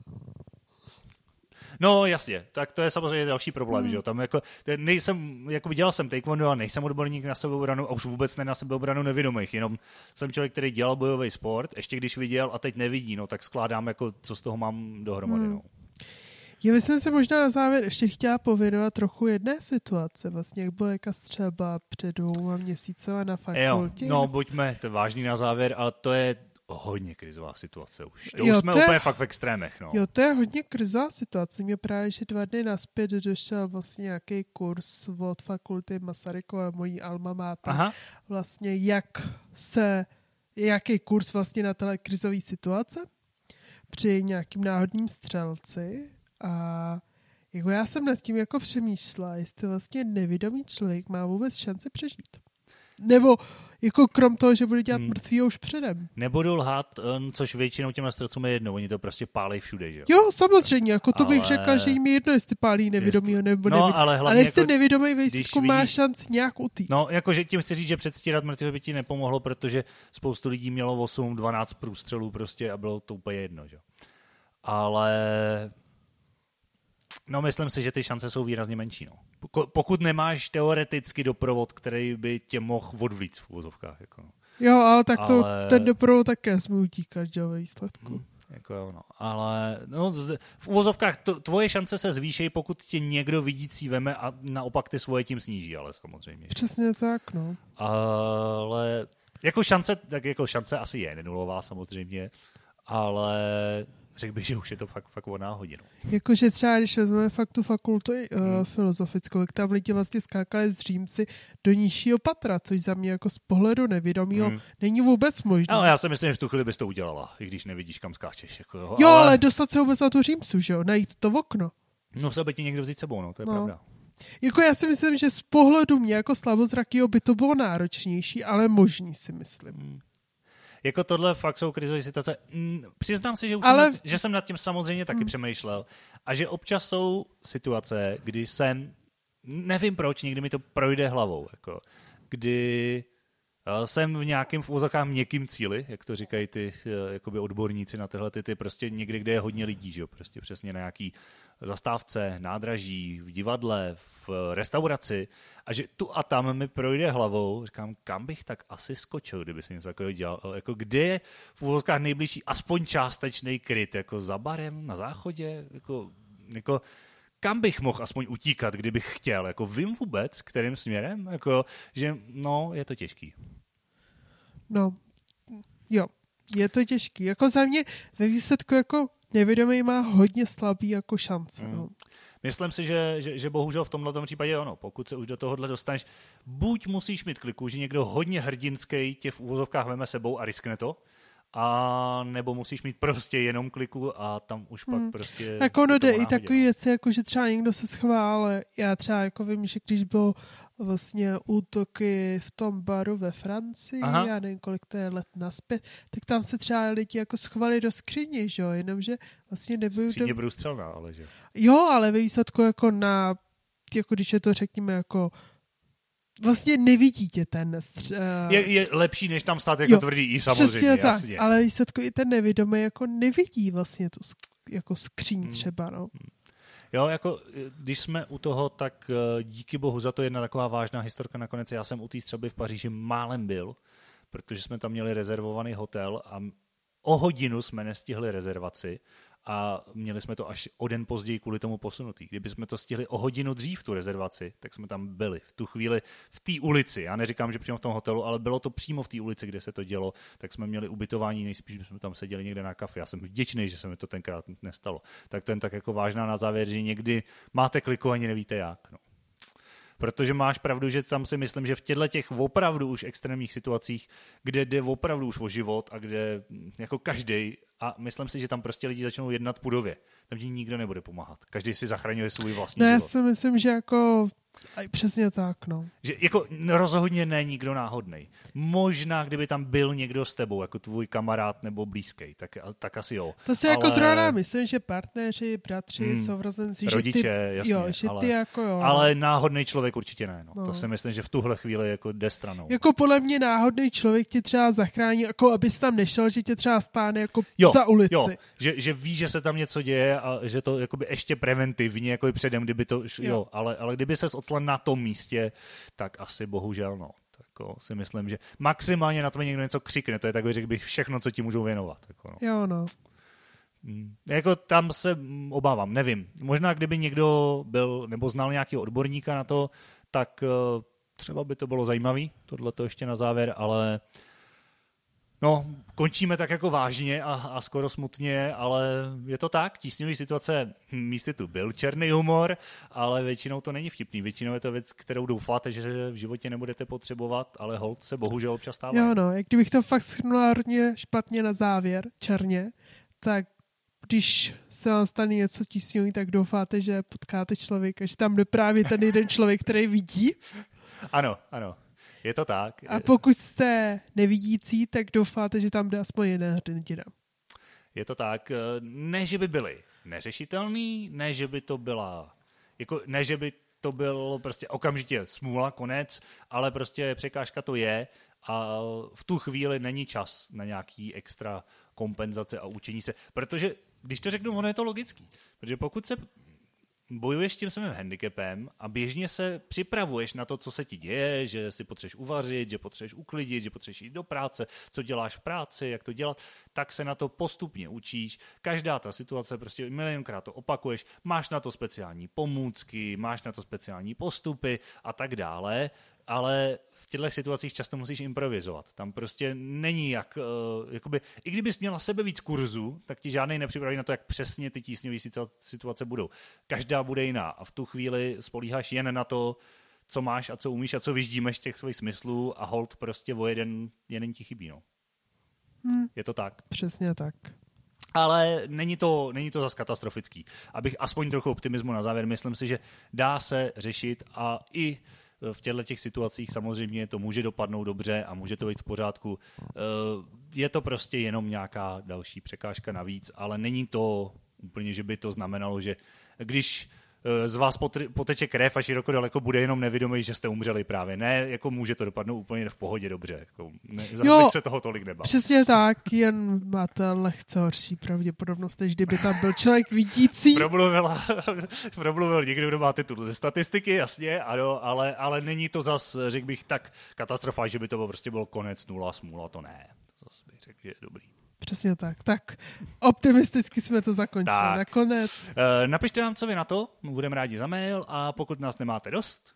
No jasně, tak to je samozřejmě další problém, že jo. Tam dělal jsem taekwondo a nejsem odborník na sebeobranu a už vůbec ne na sebeobranu nevědomých, jenom jsem člověk, který dělal bojový sport, ještě když viděl a teď nevidí, no tak skládám jako, co z toho mám dohromady, no. Já bych se možná na závěr ještě chtěla pověnovat trochu jedné situace, vlastně jak byla jaká střelba před 2 měsíci na fakultě. No buďme, to je vážný na závěr, ale to je hodně krizová situace už. To už jsme úplně fakt v extrémech. No. Jo, to je hodně krizová situace. Mě právě, že 2 dny nazpět došel vlastně nějaký kurz od fakulty Masarykova, mojí alma mater. Aha. Vlastně jaký kurz vlastně na téhle krizové situace. při nějakým náhodním střelci a jako já jsem nad tím jako přemýšlela, jestli vlastně nevědomý člověk má vůbec šanci přežít. Nebo jako krom toho, že bude dělat mrtvýho už předem. Nebudu lhát, což většinou těm střelcům je jedno, oni to prostě pálí všude, že jo? Jo, samozřejmě, jako to bych řekla, že jim je jedno, jestli pálí nevědomýho nebo nevědomýho. Ale jestli jako, nevědomý vejsítku má šanci nějak utíct. No, jakože tím chci říct, že předstírat mrtvýho by ti nepomohlo, protože spoustu lidí mělo 8-12 průstřelů prostě a bylo to úplně jedno, že jo? Ale no, myslím si, že ty šance jsou výrazně menší, no. Pokud nemáš teoreticky doprovod, který by tě mohl odvlít v uvozovkách, jako no. Jo, ale tak to ten doprovod také jsme utíkat, že jo, ve výsledku. Jako jo, no. Ale no, v uvozovkách tvoje šance se zvýší, pokud tě někdo vidící veme a naopak ty svoje tím sníží, ale samozřejmě. Přesně tak, no. Ale jako šance asi je nulová samozřejmě, ale řekl bych, že už je to fakt o náhodinu. Jakože třeba, když vezmeme fakt tu fakultu filozofickou, jak tam lidi vlastně skákali z Římci do nižšího patra, což za mě jako z pohledu nevědomího není vůbec možné. No, já si myslím, že v tu chvíli bys to udělala, i když nevidíš, kam skáčeš. Jako, jo, ale dostat se vůbec na tu Římsu, že jo, najít to okno. No, se by ti někdo vzít sebou, no, to je pravda. Jako já si myslím, že z pohledu mě jako slabozrakýho by to bylo náročnější, ale možný si myslím. Jako tohle fakt jsou krizové situace. Přiznám se, že jsem nad tím samozřejmě taky přemýšlel a že občas jsou situace, kdy nevím proč, někdy mi to projde hlavou, jako, kdy jsem v nějakém v uvozovkách měkkým cíli, jak to říkají ty jakoby odborníci na tyhle ty prostě někde, kde je hodně lidí, že jo, prostě přesně na nějaký zastávce, nádraží, v divadle, v restauraci a že tu a tam mi projde hlavou, říkám, kam bych tak asi skočil, kdyby se něco takového dělal, jako kde je v uvozovkách nejbližší aspoň částečný kryt, jako za barem, na záchodě, jako kam bych mohl aspoň utíkat, kdybych chtěl, jako vím vůbec, kterým směrem, jako, že no, je to těžký. No, jo, je to těžký, jako za mě ve výsledku jako nevědomý má hodně slabý jako šance. No. Myslím si, že bohužel v tomhle případě ono, pokud se už do tohohle dostaneš, buď musíš mít kliku, že někdo hodně hrdinský tě v úvozovkách veme sebou a riskne to, a nebo musíš mít prostě jenom kliku a tam už pak prostě... Tak ono jde i takový věci, jako že třeba někdo se schová, ale já třeba jako vím, že když bylo vlastně útoky v tom baru ve Francii, já nevím, kolik to je let nazpět, tak tam se třeba lidi jako schovali do skříně, že jo, jenomže vlastně nebyl... Skříně průstřelná, ale že? Jo, ale ve výsledku jako jako když je to řekněme jako vlastně nevidí tě ten... Je lepší, než tam stát jako tvrdý i samozřejmě, jasně. Tak, ale výsledku i ten nevědomý jako nevidí vlastně tu jako skříň třeba, no. Jo, jako když jsme u toho, tak díky bohu za to jedna taková vážná historka nakonec. Já jsem u té střelby v Paříži málem byl, protože jsme tam měli rezervovaný hotel a o hodinu jsme nestihli rezervaci a měli jsme to až o den později kvůli tomu posunutý. Kdyby jsme to stihli o hodinu dřív tu rezervaci, tak jsme tam byli v tu chvíli v té ulici. Já neříkám, že přímo v tom hotelu, ale bylo to přímo v té ulici, kde se to dělo, tak jsme měli ubytování, nejspíš jsme tam seděli někde na kafe. Já jsem vděčný, že se mi to tenkrát nestalo. Tak ten tak jako vážná na závěr, že někdy máte kliku ani nevíte jak. No. Protože máš pravdu, že tam si myslím, že v těch opravdu už extrémních situacích, kde jde opravdu už o život a kde jako každej, a myslím si, že tam prostě lidi začnou jednat pudově. Tam ti nikdo nebude pomáhat. Každý si zachraňuje svůj vlastní život. Já si myslím, že jako přesně tak, no. Že jako rozhodně ne nikdo náhodnej. Možná, kdyby tam byl někdo s tebou, jako tvůj kamarád nebo blízký, tak asi jo. To si jako zrovna myslím, že partneři, bratři, sourozenci, rodiče, že ty, jasně, jo, že ty jako jo. Ale náhodný člověk určitě ne. No. To si myslím, že v tuhle chvíli jako jde stranou. Jako podle mě náhodný člověk tě třeba zachrání, jako abys tam nešel, že tě třeba stáne jako za ulici. Jo, že ví, že se tam něco děje a že to jakoby ještě preventivně, jako i předem, kdyby to, jo, ale kdyby ses octl na tom místě, tak asi bohužel, no. Tako si myslím, že maximálně na to někdo něco křikne, to je takový, řekl bych, všechno, co ti můžou věnovat. Jako, no. Jo, no. Jako tam se obávám, nevím. Možná, kdyby někdo byl, nebo znal nějakého odborníka na to, tak třeba by to bylo zajímavý, tohle to ještě na závěr, ale no, končíme tak jako vážně a skoro smutně, ale je to tak, tísňový situace, místy tu byl černý humor, ale většinou to není vtipný, většinou je to věc, kterou doufáte, že v životě nebudete potřebovat, ale holt se bohužel občas stává. Jo no, jak kdybych to fakt shrnula hodně špatně na závěr, černě, tak když se vám stane něco tísňový, tak doufáte, že potkáte člověka, že tam jde právě ten jeden člověk, který vidí. Ano. Je to tak. A pokud jste nevidící, tak doufáte, že tam jde aspoň jeden hrdina. Je to tak. Ne, že by byly neřešitelný, ne, že by to byla... ne, že by to bylo prostě okamžitě smůla, konec, ale prostě překážka to je a v tu chvíli není čas na nějaký extra kompenzace a učení se. Protože, když to řeknu, ono je to logický. Protože pokud se bojuješ s tím svým handicapem a běžně se připravuješ na to, co se ti děje, že si potřebuješ uvařit, že potřebuješ uklidit, že potřebuješ jít do práce, co děláš v práci, jak to dělat, tak se na to postupně učíš. Každá ta situace, prostě milionkrát to opakuješ, máš na to speciální pomůcky, máš na to speciální postupy a tak dále, ale v těchto situacích často musíš improvizovat. Tam prostě není jak, jakoby, i kdybys měla sebe víc kurzů, tak ti žádnej nepřipraví na to, jak přesně ty tísňové situace budou. Každá bude jiná a v tu chvíli spolíháš jen na to, co máš a co umíš a co vyždímeš těch svých smyslů a hold prostě o jeden ti chybí. No. Je to tak. Přesně tak. Ale není to zas katastrofický. Abych aspoň trochu optimismu na závěr, myslím si, že dá se řešit a i v těchto situacích samozřejmě to může dopadnout dobře a může to být v pořádku. Je to prostě jenom nějaká další překážka navíc, ale není to úplně, že by to znamenalo, že když z vás poteče krev a široko daleko bude jenom nevědomý, že jste umřeli právě. Ne, jako může to dopadnout úplně v pohodě dobře. Jako, zase se toho tolik nebál. Přesně tak, jen máte lehce horší pravděpodobnost, než kdyby tam byl člověk vidící. Promluvil někdo, kdo má titul ze statistiky, jasně, ano, ale není to zas, řekl bych, tak katastrofa, že by to prostě byl konec, nula, smůla, to ne. To zase bych řekl, že je dobrý. Přesně tak. Tak optimisticky jsme to zakončili tak. Nakonec. Napište nám, co vy na to, budeme rádi za mail a pokud nás nemáte dost,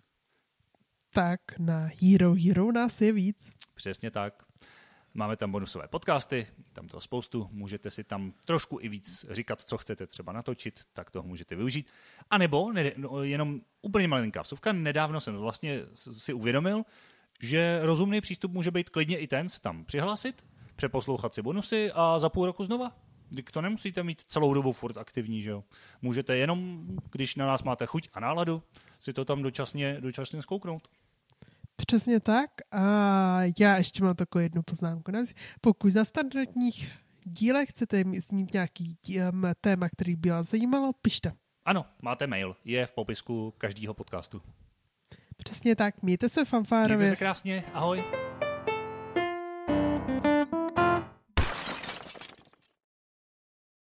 tak na Hero nás je víc. Přesně tak. Máme tam bonusové podcasty, tam toho spoustu, můžete si tam trošku i víc říkat, co chcete třeba natočit, tak toho můžete využít. A nebo jenom úplně malinká vsuvka, nedávno jsem vlastně si uvědomil, že rozumný přístup může být klidně i ten se tam přihlásit, přeposlouchat si bonusy a za půl roku znova. To nemusíte mít celou dobu furt aktivní, že jo. Můžete jenom, když na nás máte chuť a náladu, si to tam dočasně zkouknout. Přesně tak. A já ještě mám takovou jednu poznámku. Pokud za standardních dílech chcete mít nějaký téma, který by vás zajímalo, pište. Ano, máte mail. Je v popisku každého podcastu. Přesně tak. Mějte se fanfárově. Mějte se krásně. Ahoj.